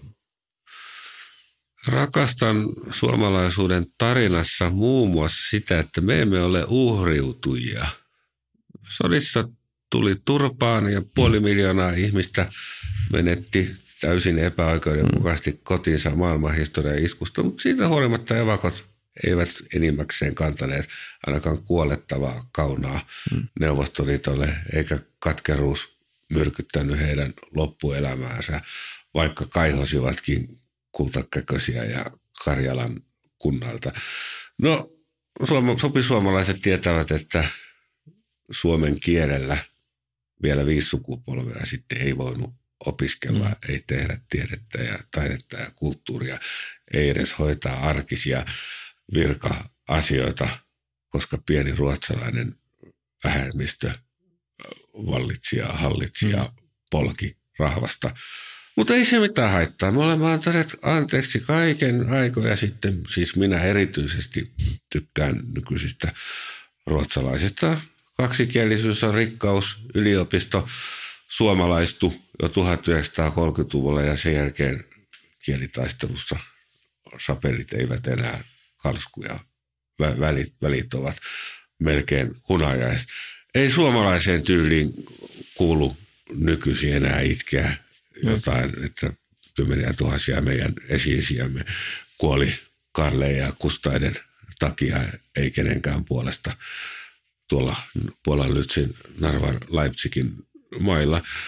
Rakastan suomalaisuuden tarinassa muun muassa sitä, että me emme ole uhriutujia. Sodissa tuli turpaan ja puoli miljoonaa ihmistä menetti täysin epäoikeudenmukaisesti kotinsa maailmanhistorian iskusta, mutta siitä huolimatta evakot eivät enimmäkseen kantaneet ainakaan kuolettavaa kaunaa mm. Neuvostoliitolle, eikä katkeruus myrkyttänyt heidän loppuelämäänsä, vaikka kaihosivatkin kultakäkösiä ja Karjalan kunnalta. No, suoma, sopisuomalaiset tietävät, että suomen kielellä vielä viisi sukupolvea sitten ei voinut opiskella, mm. ei tehdä tiedettä ja taidetta ja kulttuuria, ei edes hoitaa arkisia virka-asioita, koska pieni ruotsalainen vähemmistö vallitsi ja hallitsi ja polki rahvasta. Mutta ei se mitään haittaa. Me olemme antaneet anteeksi kaiken aikoja sitten, siis minä erityisesti tykkään nykyisistä ruotsalaisista. Kaksikielisyys on rikkaus, yliopisto suomalaistui jo tuhatyhdeksänsataakolmekymmentäluvulla ja sen jälkeen kielitaistelussa sapellit eivät enää kalskuja, välit, välit ovat melkein hunajaiset. Ei suomalaiseen tyyliin kuulu nykyisin enää itkeä jotain, että kymmeniä tuhansia meidän esi-isiämme kuoli Karleen ja Kustaiden takia, ei kenenkään puolesta tuolla Puolan Lytsin, Narvan, Leipzigin mailla.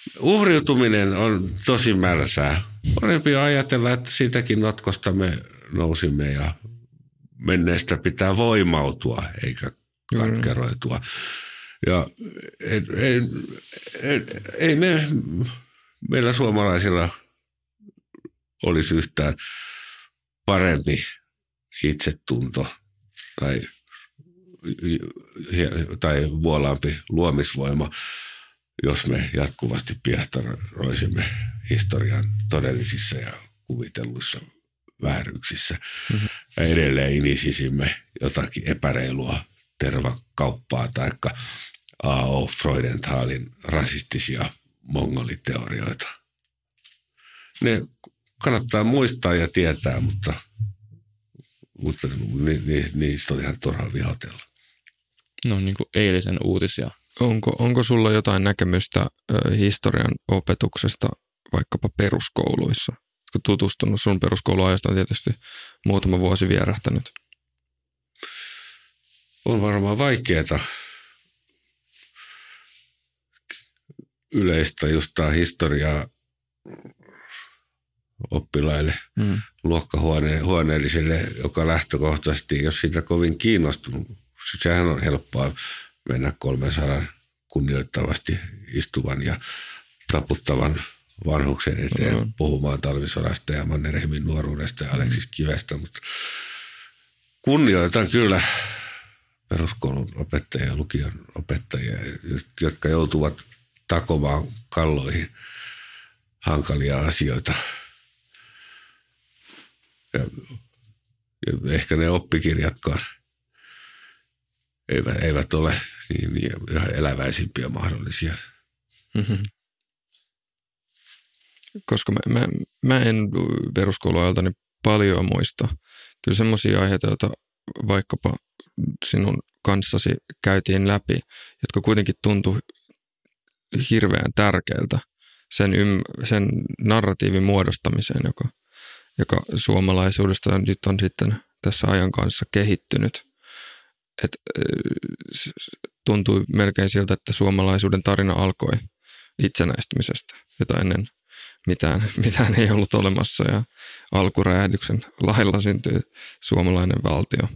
uhriutuminen on tosi mälsää. Parempi ajatella, että siitäkin notkosta me nousimme ja menneestä pitää voimautua eikä katkeroitua. Ja ei, ei, ei, ei me, meillä suomalaisilla olisi yhtään parempi itsetunto tai, tai vuolaampi luomisvoima, jos me jatkuvasti piehtaroisimme historian todellisissa ja kuvitelluissa vääryyksissä. Mm-hmm. Ja edelleen inisisimme jotakin epäreilua tervakauppaa tai A O Freudenthalin rasistisia mongoliteorioita. Ne kannattaa muistaa ja tietää, mutta, mutta ni, ni, niistä on ihan turhaa vihotella. No niin kuin eilisen uutisia. Onko, onko sulla jotain näkemystä ö, historian opetuksesta vaikkapa peruskouluissa? Kun tutustunut sun peruskouluajasta on tietysti muutama vuosi vierähtänyt. On varmaan vaikeaa yleistä just tämä historiaa oppilaille, mm. luokkahuoneellisille, joka lähtökohtaisesti, jos siitä kovin kiinnostunut, sehän on helppoa mennä kolmesataa kunnioittavasti istuvan ja taputtavan vanhuksen eteen mm. puhumaan talvisodasta ja Mannerheimin nuoruudesta ja Aleksis Kivestä, mutta kunnioitan kyllä peruskoulun opettajia ja lukion opettajia, jotka joutuvat takomaan kalloihin hankalia asioita. Ja, ja ehkä ne oppikirjatkaan eivät, eivät ole niin, niin ihan eläväisimpiä mahdollisia. Mm-hmm. Koska mä, mä, mä en peruskouluajaltani paljon muista. Kyllä semmoisia aiheita, joita vaikkapa sinun kanssasi käytiin läpi, jotka kuitenkin tuntui hirveän tärkeältä sen, ym, sen narratiivin muodostamiseen, joka, joka suomalaisuudesta nyt on sitten tässä ajan kanssa kehittynyt. Et, tuntui melkein siltä, että suomalaisuuden tarina alkoi itsenäistymisestä, jota ennen mitään, mitään ei ollut olemassa ja alkuräjähdyksen lailla syntyi suomalainen valtio.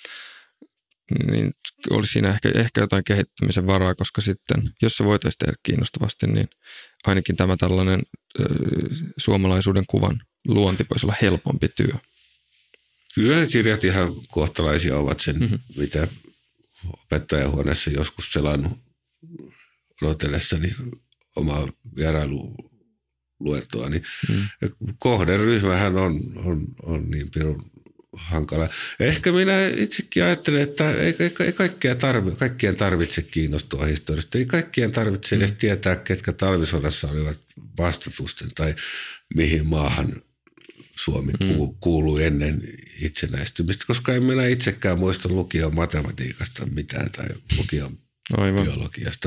Niin olisi siinä ehkä, ehkä jotain kehittämisen varaa, koska sitten, jos se voitaisiin tehdä kiinnostavasti, niin ainakin tämä tällainen ö, suomalaisuuden kuvan luonti voisi olla helpompi työ. Kyllä kirjat ihan kohtalaisia ovat sen, mm-hmm. mitä opettajahuoneessa joskus selannut odotellessani omaa vierailuluentoa. Niin mm. kohderyhmähän on, on, on niin pirun hankala. Ehkä minä itsekin ajattelen, että ei, ei, ei kaikkea tarvi, kaikkien tarvitse kiinnostua historiasta. Ei kaikkien tarvitse edes tietää, ketkä talvisodassa olivat vastatusten tai mihin maahan Suomi hmm. kuului ennen itsenäistymistä, koska en minä itsekään muista lukion matematiikasta mitään tai lukion Aivan. biologiasta.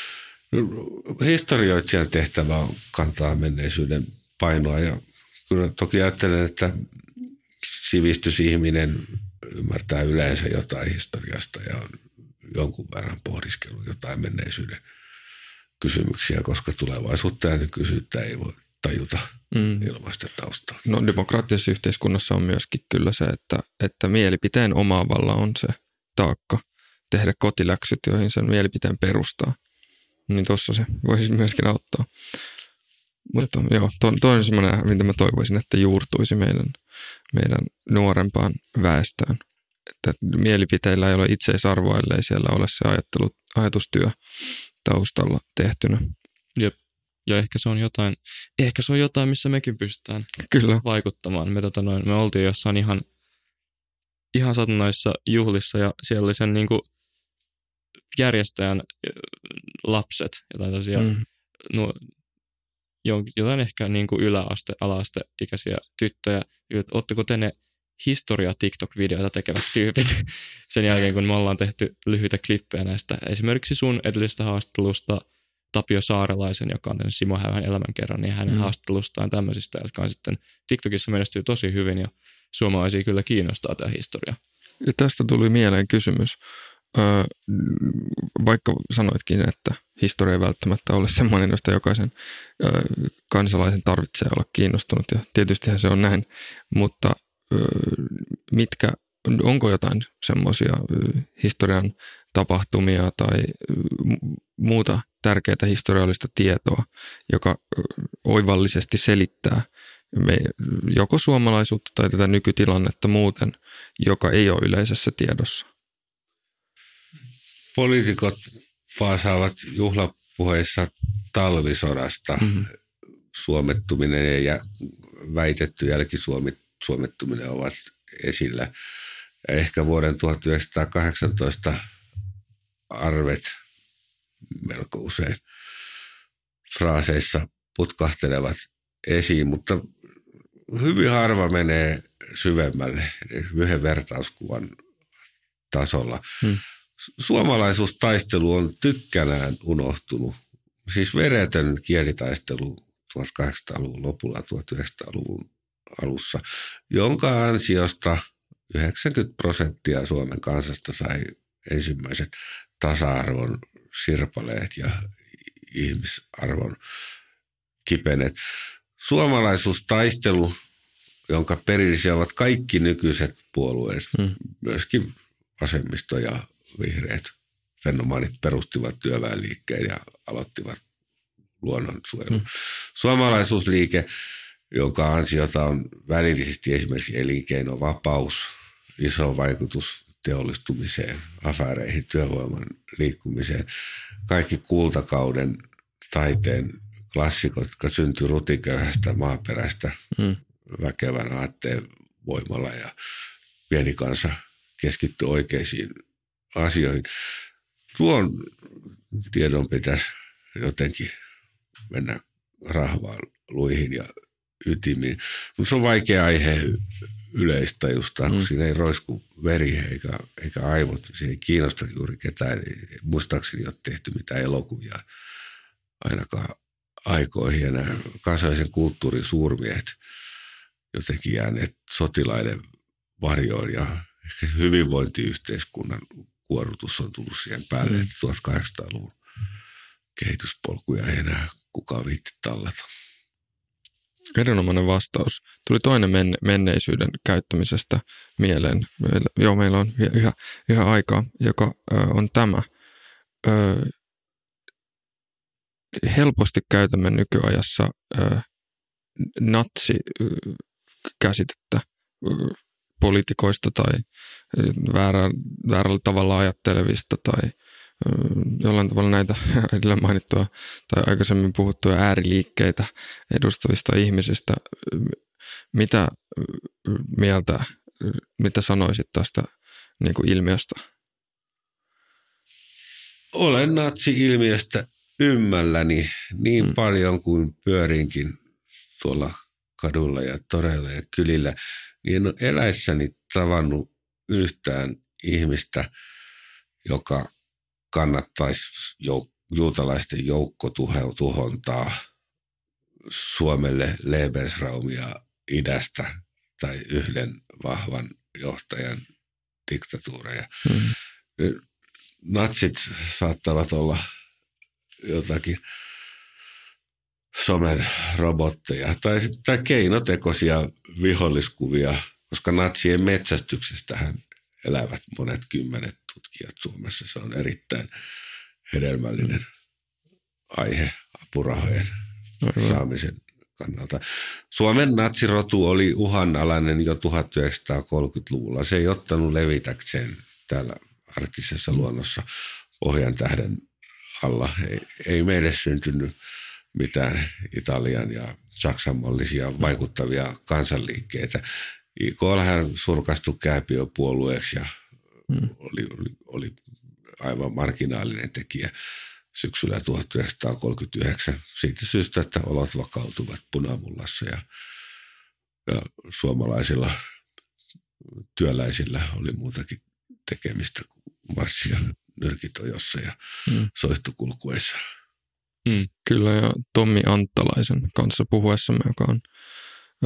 Historioitsijan tehtävä on kantaa menneisyyden painoa ja kyllä toki ajattelen, että sivistysihminen ymmärtää yleensä jotain historiasta ja on jonkun verran pohdiskellut jotain menneisyyden kysymyksiä, koska tulevaisuutta ja nykyisyyttä ei voi tajuta mm. ilman sitä taustaa. No demokraattisessa yhteiskunnassa on myöskin kyllä se, että, että mielipiteen omaavalla on se taakka tehdä kotiläksyt, joihin sen mielipiteen perustaa. Niin tuossa se voisi myöskin auttaa. Mutta joo, to, toi on semmoinen, mitä mä toivoisin, että juurtuisi meidän, meidän nuorempaan väestöön. Että mielipiteillä ei ole itseisarvoa, ellei siellä ole se ajattelu, ajatustyö taustalla tehtynä. Jep. Ja ehkä se on jotain, ehkä se on jotain, missä mekin pystytään Kyllä. vaikuttamaan. Me, tota noin, me oltiin jossain ihan, ihan satunnaisissa juhlissa ja siellä oli sen niin kuin järjestäjän lapset, jotain tosiaan, mm. no, jotain ehkä niin kuin yläaste, ala-asteikäisiä tyttöjä. Ootteko te ne historia TikTok-videoita tekevät tyypit sen jälkeen, kun me ollaan tehty lyhyitä klippejä näistä. Esimerkiksi sun edellisestä haastattelusta Tapio Saarelaisen, joka on tehnyt Simo Häyhän elämänkerran, niin hänen mm. haastattelustaan tämmöisistä, jotka on sitten TikTokissa menestyy tosi hyvin ja suomalaisia kyllä kiinnostaa tämä historia. Ja tästä tuli mieleen kysymys. Öö, vaikka sanoitkin, että historia ei välttämättä ole semmoinen, josta jokaisen öö, kansalaisen tarvitsee olla kiinnostunut, ja tietystihän se on näin, mutta öö, mitkä, onko jotain semmoisia öö, historian tapahtumia tai öö, muuta tärkeää historiallista tietoa, joka öö, oivallisesti selittää me, joko suomalaisuutta tai tätä nykytilannetta muuten, joka ei ole yleisessä tiedossa? Poliitikot paasaavat juhlapuheissa talvisodasta. Mm-hmm. Suomettuminen ja väitetty jälkisuomettuminen ovat esillä. Ja ehkä vuoden tuhatyhdeksänsataakahdeksantoista arvet melko usein fraaseissa putkahtelevat esiin, mutta hyvin harva menee syvemmälle yhden vertauskuvan tasolla. Mm. Suomalaisuustaistelu on tykkänään unohtunut. Siis veretön kielitaistelu tuhatkahdeksansataaluvun lopulla, tuhatyhdeksänsataaluvun alussa, jonka ansiosta yhdeksänkymmentä prosenttia Suomen kansasta sai ensimmäiset tasa-arvon sirpaleet ja ihmisarvon kipenet. Suomalaisuustaistelu, jonka perillisiä ovat kaikki nykyiset puolueet, hmm. myöskin vasemmisto ja vihreät fenomaanit perustivat työväenliikkeen ja aloittivat luonnonsuojelun. Hmm. Suomalaisuusliike, jonka ansiota on välillisesti esimerkiksi elinkeinovapaus, iso vaikutus teollistumiseen, afääreihin, työvoiman liikkumiseen, kaikki kultakauden taiteen klassikot, jotka syntyi rutiköyhästä maaperästä hmm. väkevän aatteen voimalla ja pieni kansa keskittyi oikeisiin asioihin. Tuon tiedon pitäisi jotenkin mennä rahvaan luihin ja ytimiin. Mutta se on vaikea aihe yleistajusta, kun mm. siinä ei roisku veri eikä, eikä aivot. Se ei kiinnosta juuri ketään. Muistaakseni ei ole tehty mitään elokuvia ainakaan aikoihin. Ja nämä kansallisen kulttuurin suurmiehet jotenkin jääneet sotilaiden varjoon ja ehkä hyvinvointiyhteiskunnan kuorrutus on tullut siihen päälle, mm. että tuhatkahdeksansataaluvun kehityspolkuja ei enää kukaan viitti tallata. Erinomainen vastaus. Tuli toinen menne- menneisyyden käyttämisestä mieleen. Meillä, joo, meillä on yhä, yhä aikaa, joka ö, on tämä. Ö, helposti käytämme nykyajassa ö, natsi-käsitettä ö, poliitikoista tai väärä, väärällä tavalla ajattelevista tai jollain tavalla näitä edellä mainittua tai aikaisemmin puhuttuja ääriliikkeitä edustavista ihmisistä. Mitä mieltä, mitä sanoisit tästä niin kuin ilmiöstä? Olen natsi-ilmiöstä ymmälläni niin hmm. paljon kuin pyörinkin tuolla kadulla ja toreilla ja kylillä, niin en ole eläissäni tavannut yhtään ihmistä, joka kannattaisi jouk- juutalaisten joukkotuhontaa Suomelle Lebensraumia idästä tai yhden vahvan johtajan diktatuureja. Hmm. Natsit saattavat olla jotakin somen robotteja tai, tai keinotekoisia viholliskuvia, koska natsien metsästyksestähän elävät monet kymmenet tutkijat Suomessa. Se on erittäin hedelmällinen aihe apurahojen Aivan. saamisen kannalta. Suomen natsirotu oli uhanalainen jo tuhatyhdeksänsataakolmekymmentäluvulla. Se ei ottanut levitäkseen täällä arktisessa luonnossa Pohjan tähden alla. Ei, ei meille syntynyt mitään Italian ja Saksan mallisia vaikuttavia kansanliikkeitä. I K hän surkastui kääpiöpuolueeksi ja mm. oli, oli, oli aivan marginaalinen tekijä syksyllä tuhatyhdeksänsataakolmekymmentäyhdeksän. Siitä syystä, että olot vakautuvat Punamullassa ja, ja suomalaisilla työläisillä oli muutakin tekemistä kuin marssia nyrkitojossa ja mm. soihtukulkuessa. Mm, kyllä, ja Tommi Anttalaisen kanssa puhuessamme, joka on ö,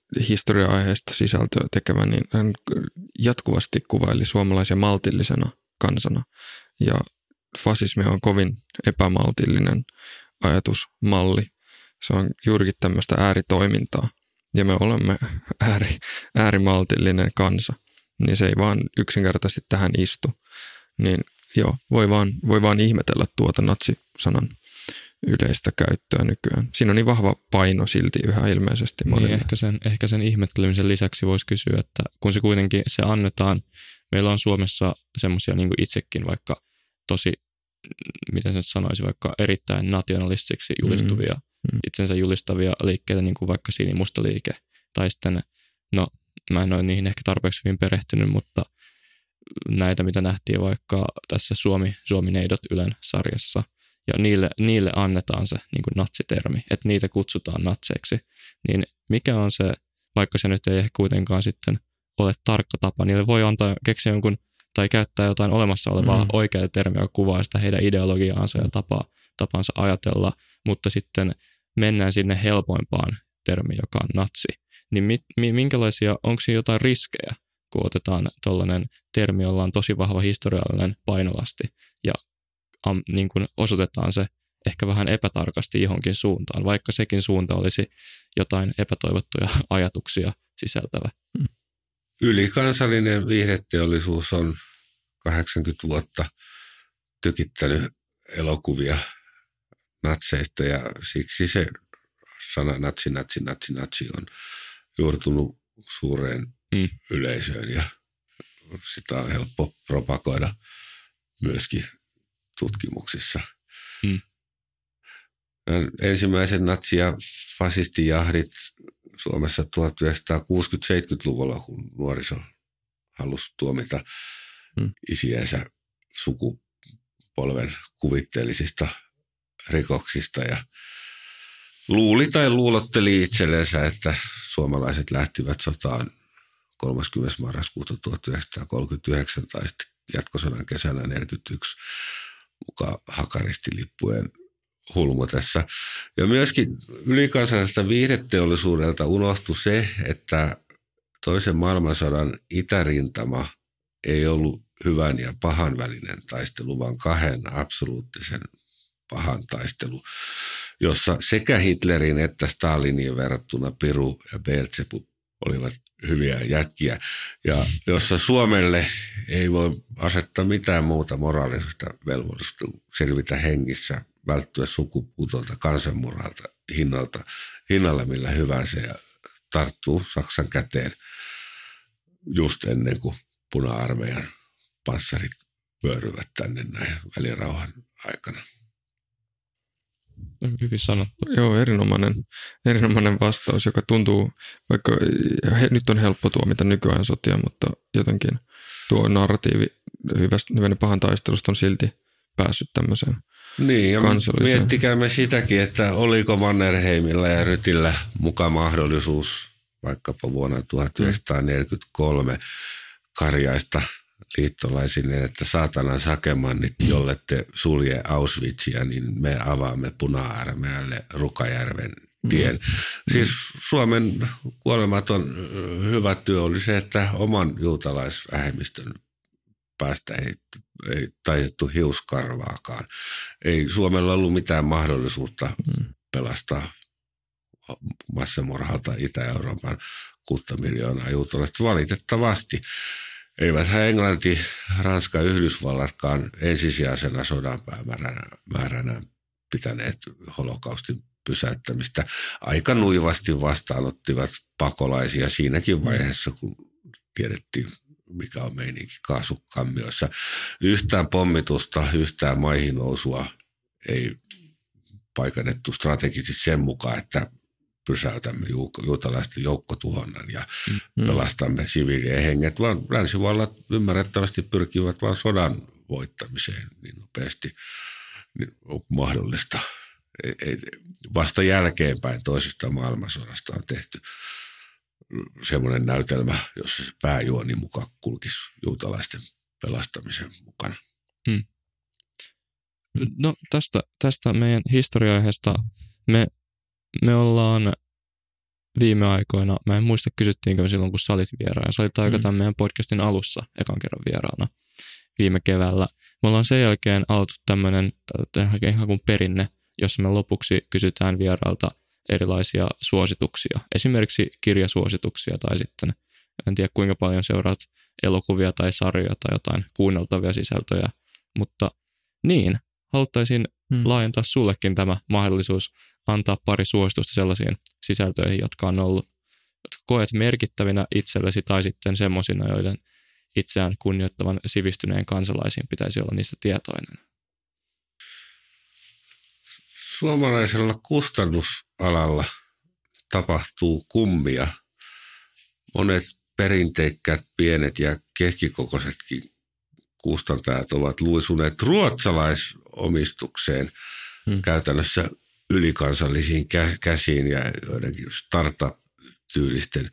historia-aiheesta sisältöä tekevä, niin hän jatkuvasti kuvaili suomalaisia maltillisena kansana. Ja fasismi on kovin epämaltillinen ajatusmalli. Se on juurikin tämmöistä ääritoimintaa. Ja me olemme ääri, äärimaltillinen kansa. Niin se ei vaan yksinkertaisesti tähän istu. Niin joo, voi vaan, voi vaan ihmetellä tuota natsisanan yleistä käyttöä nykyään. Siinä on niin vahva paino silti yhä ilmeisesti monille. Niin, ehkä sen, ehkä sen ihmettelemisen lisäksi voisi kysyä, että kun se kuitenkin se annetaan, meillä on Suomessa semmoisia niin kuin itsekin vaikka tosi, miten se sanoisi, vaikka erittäin nationalistiksi julistuvia, mm-hmm. itsensä julistavia liikkeitä, niin kuin vaikka sinimustaliike, tai sitten, no mä en ole niihin ehkä tarpeeksi hyvin perehtynyt, mutta näitä, mitä nähtiin vaikka tässä Suomi, Suomi-neidot Ylen sarjassa, ja niille, niille annetaan se niin kuin natsitermi, että niitä kutsutaan natseiksi, niin mikä on se, vaikka se nyt ei ehkä kuitenkaan sitten ole tarkka tapa, niille voi antaa, keksiä jonkun, tai käyttää jotain olemassa olevaa mm. oikeaa termiä, joka kuvaa sitä heidän ideologiaansa ja tapaa, tapansa ajatella, mutta sitten mennään sinne helpoimpaan termiin, joka on natsi. Niin mi, mi, minkälaisia, onko siinä jotain riskejä, kun otetaan tollainen termi, jolla on tosi vahva historiallinen painolasti ja am, niin kuin osoitetaan se ehkä vähän epätarkasti johonkin suuntaan, vaikka sekin suunta olisi jotain epätoivottuja ajatuksia sisältävä. Ylikansallinen viihdeteollisuus on kahdeksankymmentä vuotta tykittänyt elokuvia natseista ja siksi se sana natsi, natsi, natsi, natsi on juurtunut suureen mm. yleisöön ja sitä on helppo propagoida myöskin tutkimuksissa. Mm. Ensimmäiset natsi- ja fasistijahdit Suomessa tuhatyhdeksänsataakuusikymmentä-seitsemänkymmentäluvulla, kun nuoriso halusi tuomita mm. isiänsä sukupolven kuvitteellisista rikoksista ja luuli tai luulotteli itsellensä, että suomalaiset lähtivät sotaan kolmaskymmenes marraskuuta tuhatyhdeksänsataakolmekymmentäyhdeksän tai jatkosodan kesänä neljäkymmentäyksi mukaan hakaristilippujen hulmutessa. Ja myöskin ylikansalliselta viihdeteollisuudelta unohtui se, että toisen maailmansodan itärintama ei ollut hyvän ja pahan välinen taistelu, vaan kahden absoluuttisen pahan taistelu, jossa sekä Hitlerin että Staliniin verrattuna Piru ja Beelzebub olivat hyviä jätkiä, ja jossa Suomelle ei voi asettaa mitään muuta moraalista velvollisuutta selvitä hengissä, välttyä sukupuutolta, kansanmurhalta, hinnalta, hinnalla millä hyvänsä ja tarttuu Saksan käteen just ennen kuin puna-armeijan panssarit vyöryvät tänne näin välirauhan aikana. Hyvin sanottu. Joo, erinomainen, erinomainen vastaus, joka tuntuu, vaikka he, nyt on helppo tuomita nykyään sotia, mutta jotenkin tuo narratiivi hyvän ja pahan taistelusta on silti päässyt tämmöiseen niin, ja kansalliseen. Miettikäämme sitäkin, että oliko Mannerheimilla ja Rytillä muka mahdollisuus vaikkapa vuonna tuhatyhdeksänsataaneljäkymmentäkolme karjaista liittolaisille, että saatanan sakemannit, jolle te sulje Auschwitzia, niin me avaamme Puna-armeijalle Rukajärven tien. Mm. Siis Suomen kuolematon hyvä työ oli se, että oman juutalaisvähemmistön päästä ei, ei taitettu hiuskarvaakaan. Ei Suomella ollut mitään mahdollisuutta mm. pelastaa massamurhalta Itä-Euroopan kuutta miljoonaa juutalaista valitettavasti. Eiväthän Englanti, Ranska ja Yhdysvallatkaan ensisijaisena sodan päämääränä pitäneet holokaustin pysäyttämistä. Aika nuivasti vastaanottivat pakolaisia siinäkin vaiheessa, kun tiedettiin, mikä on meininki kaasukammioissa. Yhtään pommitusta, yhtään maihin nousua ei paikannettu strategisesti sen mukaan, että pysäytämme juutalaisten joukkotuhonnan ja mm. pelastamme siviilien henget, vaan länsivallat ymmärrettävästi pyrkivät vain sodan voittamiseen niin nopeasti niin mahdollista. Vasta jälkeenpäin toisesta maailmansodasta on tehty semmoinen näytelmä, jossa se pääjuoni mukaan kulkisi juutalaisten pelastamisen mukana. Mm. No tästä, tästä meidän historia-aiheesta me Me ollaan viime aikoina, mä en muista kysyttiinkö silloin, kun sä olit vieraana. Sä olit aika tämän meidän podcastin alussa ekan kerran vieraana. viime keväällä. Me ollaan sen jälkeen aloitettu tämmöinen ihan kuin perinne, jossa me lopuksi kysytään vierailta erilaisia suosituksia. Esimerkiksi kirjasuosituksia tai sitten, en tiedä kuinka paljon seuraat elokuvia tai sarjoja tai jotain kuunneltavia sisältöjä, mutta niin, haluttaisin hmm. laajentaa sullekin tämä mahdollisuus antaa pari suositusta sellaisiin sisältöihin, jotka on ollut, jotka koet merkittävinä itsellesi tai sitten semmoisina, joiden itseään kunnioittavan sivistyneen kansalaisiin pitäisi olla niistä tietoinen. Suomalaisella kustannusalalla tapahtuu kummia. Monet perinteikkäät pienet ja keskikokoisetkin kustantajat ovat luisuneet ruotsalaisomistukseen hmm. käytännössä ylikansallisiin käsiin ja joidenkin startup-tyylisten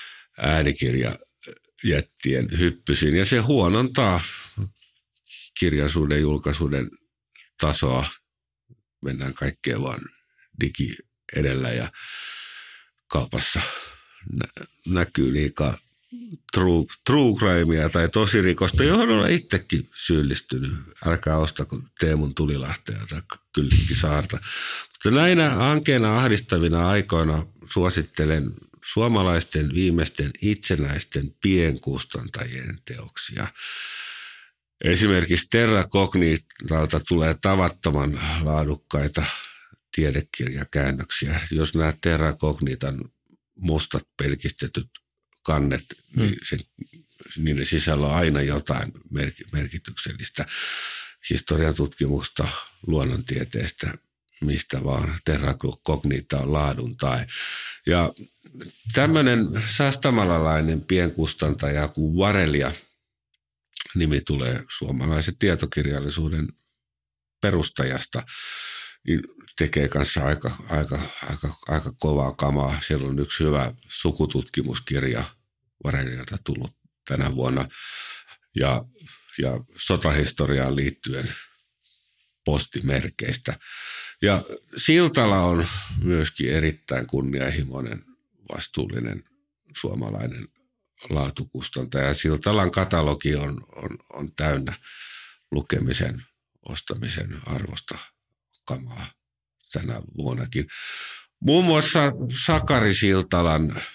äänikirjajättien hyppysiin. Ja se huonontaa kirjallisuuden julkaisuuden tasoa. Mennään kaikkeen vaan digi edellä ja kaupassa nä- näkyy liikaa true, true crimea tai tosirikosta, johon olen itsekin syyllistynyt. Älkää ostako Teemun Tulilahtea tai Kyllikkisaarta. Mutta näinä ankeina ahdistavina aikoina suosittelen suomalaisten viimeisten itsenäisten pienkustantajien teoksia. Esimerkiksi Terra Cognitalta tulee tavattoman laadukkaita tiedekirjakäännöksiä. Jos nämä Terra Cognitan mustat pelkistetyt kannet, hmm. niin sen, niiden sisällä on aina jotain merkityksellistä historian tutkimusta, luonnontieteestä, mistä vaan. Terra Cognita on laadun tai. Ja tämmöinen sastamalalainen pienkustantaja kuin Varelia, nimi tulee suomalaisen tietokirjallisuuden perustajasta, niin tekee kanssa aika, aika, aika, aika kovaa kamaa. Siellä on yksi hyvä sukututkimuskirja Varelialta tullut tänä vuonna ja, ja sotahistoriaan liittyen postimerkeistä. Ja Siltala on myöskin erittäin kunnianhimoinen, vastuullinen suomalainen laatukustantaja. Siltalan katalogi on, on, on täynnä lukemisen, ostamisen arvosta kamaa tänä vuonnakin. Muun muassa Sakari Siltalan äh,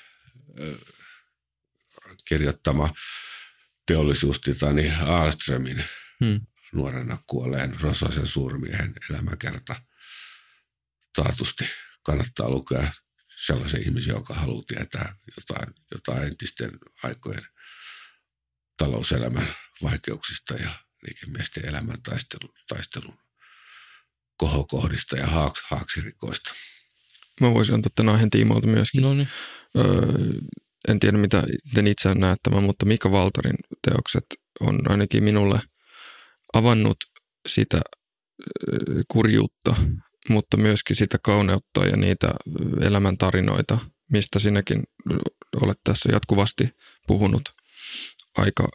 kirjoittama teollisuustitani Ahlströmin hmm. nuorena kuolleen Rososen suurmiehen elämäkerta taatusti kannattaa lukea sellaisen ihmisen, joka haluaa tietää jotain, jotain entisten aikojen talouselämän vaikeuksista ja liikemiesten elämän taistelun, taistelun kohokohdista ja haaks, haaksirikoista. Mä voisin antaa tämän aiheen tiimoilta myöskin. No niin. Öö, en tiedä, mitä te itse näyttämään, mutta Mika Valtarin teokset on ainakin minulle avannut sitä kurjuutta, mutta myöskin sitä kauneutta ja niitä elämäntarinoita, mistä sinäkin olet tässä jatkuvasti puhunut aika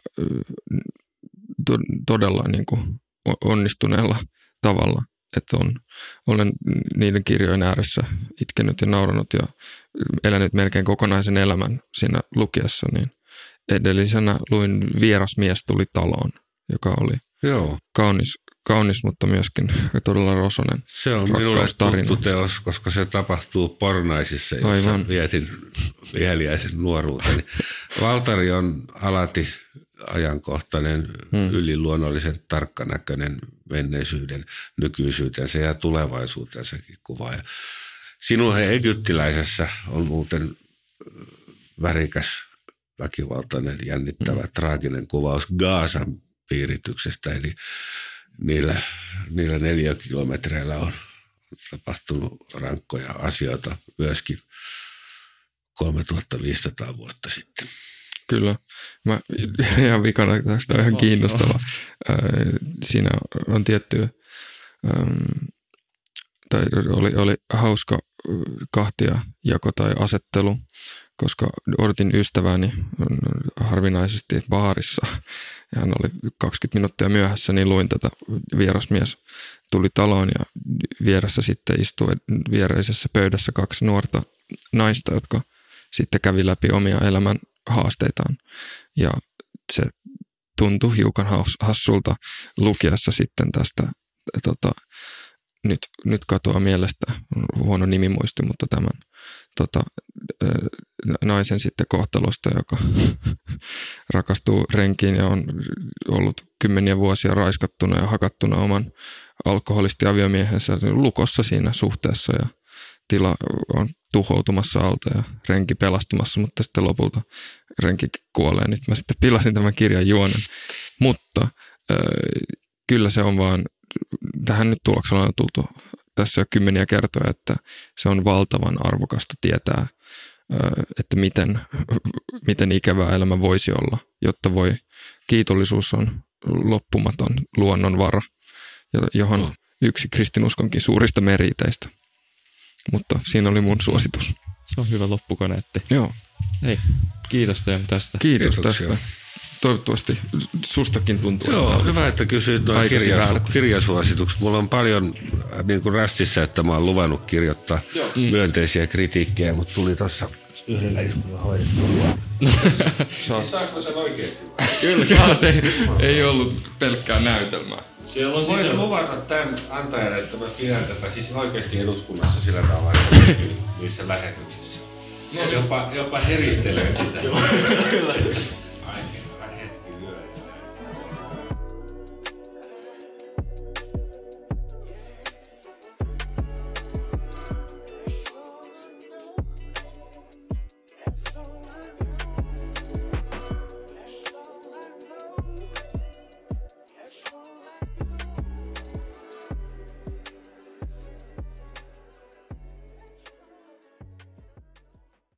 todella niin kuin onnistuneella tavalla. Että on, olen niiden kirjojen ääressä itkenyt ja nauranut ja elänyt melkein kokonaisen elämän siinä lukiessa. Niin edellisenä luin Vieras mies tuli taloon, joka oli Joo. kaunis, kaunis, mutta myöskin todella rosonen Se on minulle tuttu teos, koska se tapahtuu Pornaisissa, jossa Aivan. vietin viheliäisen nuoruuteni. Valtari on alati ajankohtainen, hmm. yliluonnollisen tarkkanäköinen menneisyyden, nykyisyytensä ja tulevaisuutensakin kuva. Ja Sinuhe egyptiläisessä on muuten värikäs, väkivaltainen, jännittävä, hmm. traaginen kuvaus Gaasan piirityksestä, eli niillä, niillä neliökilometreillä on tapahtunut rankkoja asioita myöskin kolmetuhattaviisisataa vuotta sitten. Kyllä. Mä ihan vikana, tästä on ihan kiinnostava. Siinä on tietty, tai oli, oli hauska kahtia jako tai asettelu, koska odotin ystäväni harvinaisesti baarissa. Ja hän oli kaksikymmentä minuuttia myöhässä, niin luin tätä Vierasmies tuli taloon ja vieressä sitten istui viereisessä pöydässä kaksi nuorta naista, jotka sitten kävi läpi omia elämän haasteitaan. Ja se tuntui hiukan hassulta lukiessa sitten tästä, tota, nyt, nyt katoaa mielestä, huono nimimuisti, mutta tämän tota, naisen sitten kohtalosta, joka rakastuu renkiin ja on ollut kymmeniä vuosia raiskattuna ja hakattuna oman alkoholisti-aviomiehensä lukossa siinä suhteessa ja tila on tuhoutumassa alta ja renki pelastumassa, mutta sitten lopulta renki kuolee. Nyt mä sitten pilasin tämän kirjan juonen, mutta äh, kyllä se on vaan, tähän nyt tuloksella on tultu tässä jo kymmeniä kertoja, että se on valtavan arvokasta tietää, että miten, miten ikävää elämä voisi olla, jotta voi, kiitollisuus on loppumaton luonnonvara, johon yksi kristinuskonkin suurista meriteistä. Mutta siinä oli mun suositus. Se on hyvä loppukaneetti. Joo. Hei, kiitos Teemu tästä. Kiitos Kiitoksia. tästä. Toivottavasti sustakin tuntuu. Joo, että hyvä, että kysyit noin kirja, kirjasuositukset. Mulla on paljon niin kuin rästissä, että mä oon luvannut kirjoittaa mm. myönteisiä kritiikkejä, mutta tuli tuossa yhdellä iskulla hoidettua. Saatko sen oikeasti? Kyllä, saat. Ei, ei ollut pelkkää näytelmää. Siellä on Voit luvata tämän antajalle, että mä pidän tätä siis oikeasti eduskunnassa sillä tavalla, niissä lähetyksissä. No, jopa, jopa heristelen sitä.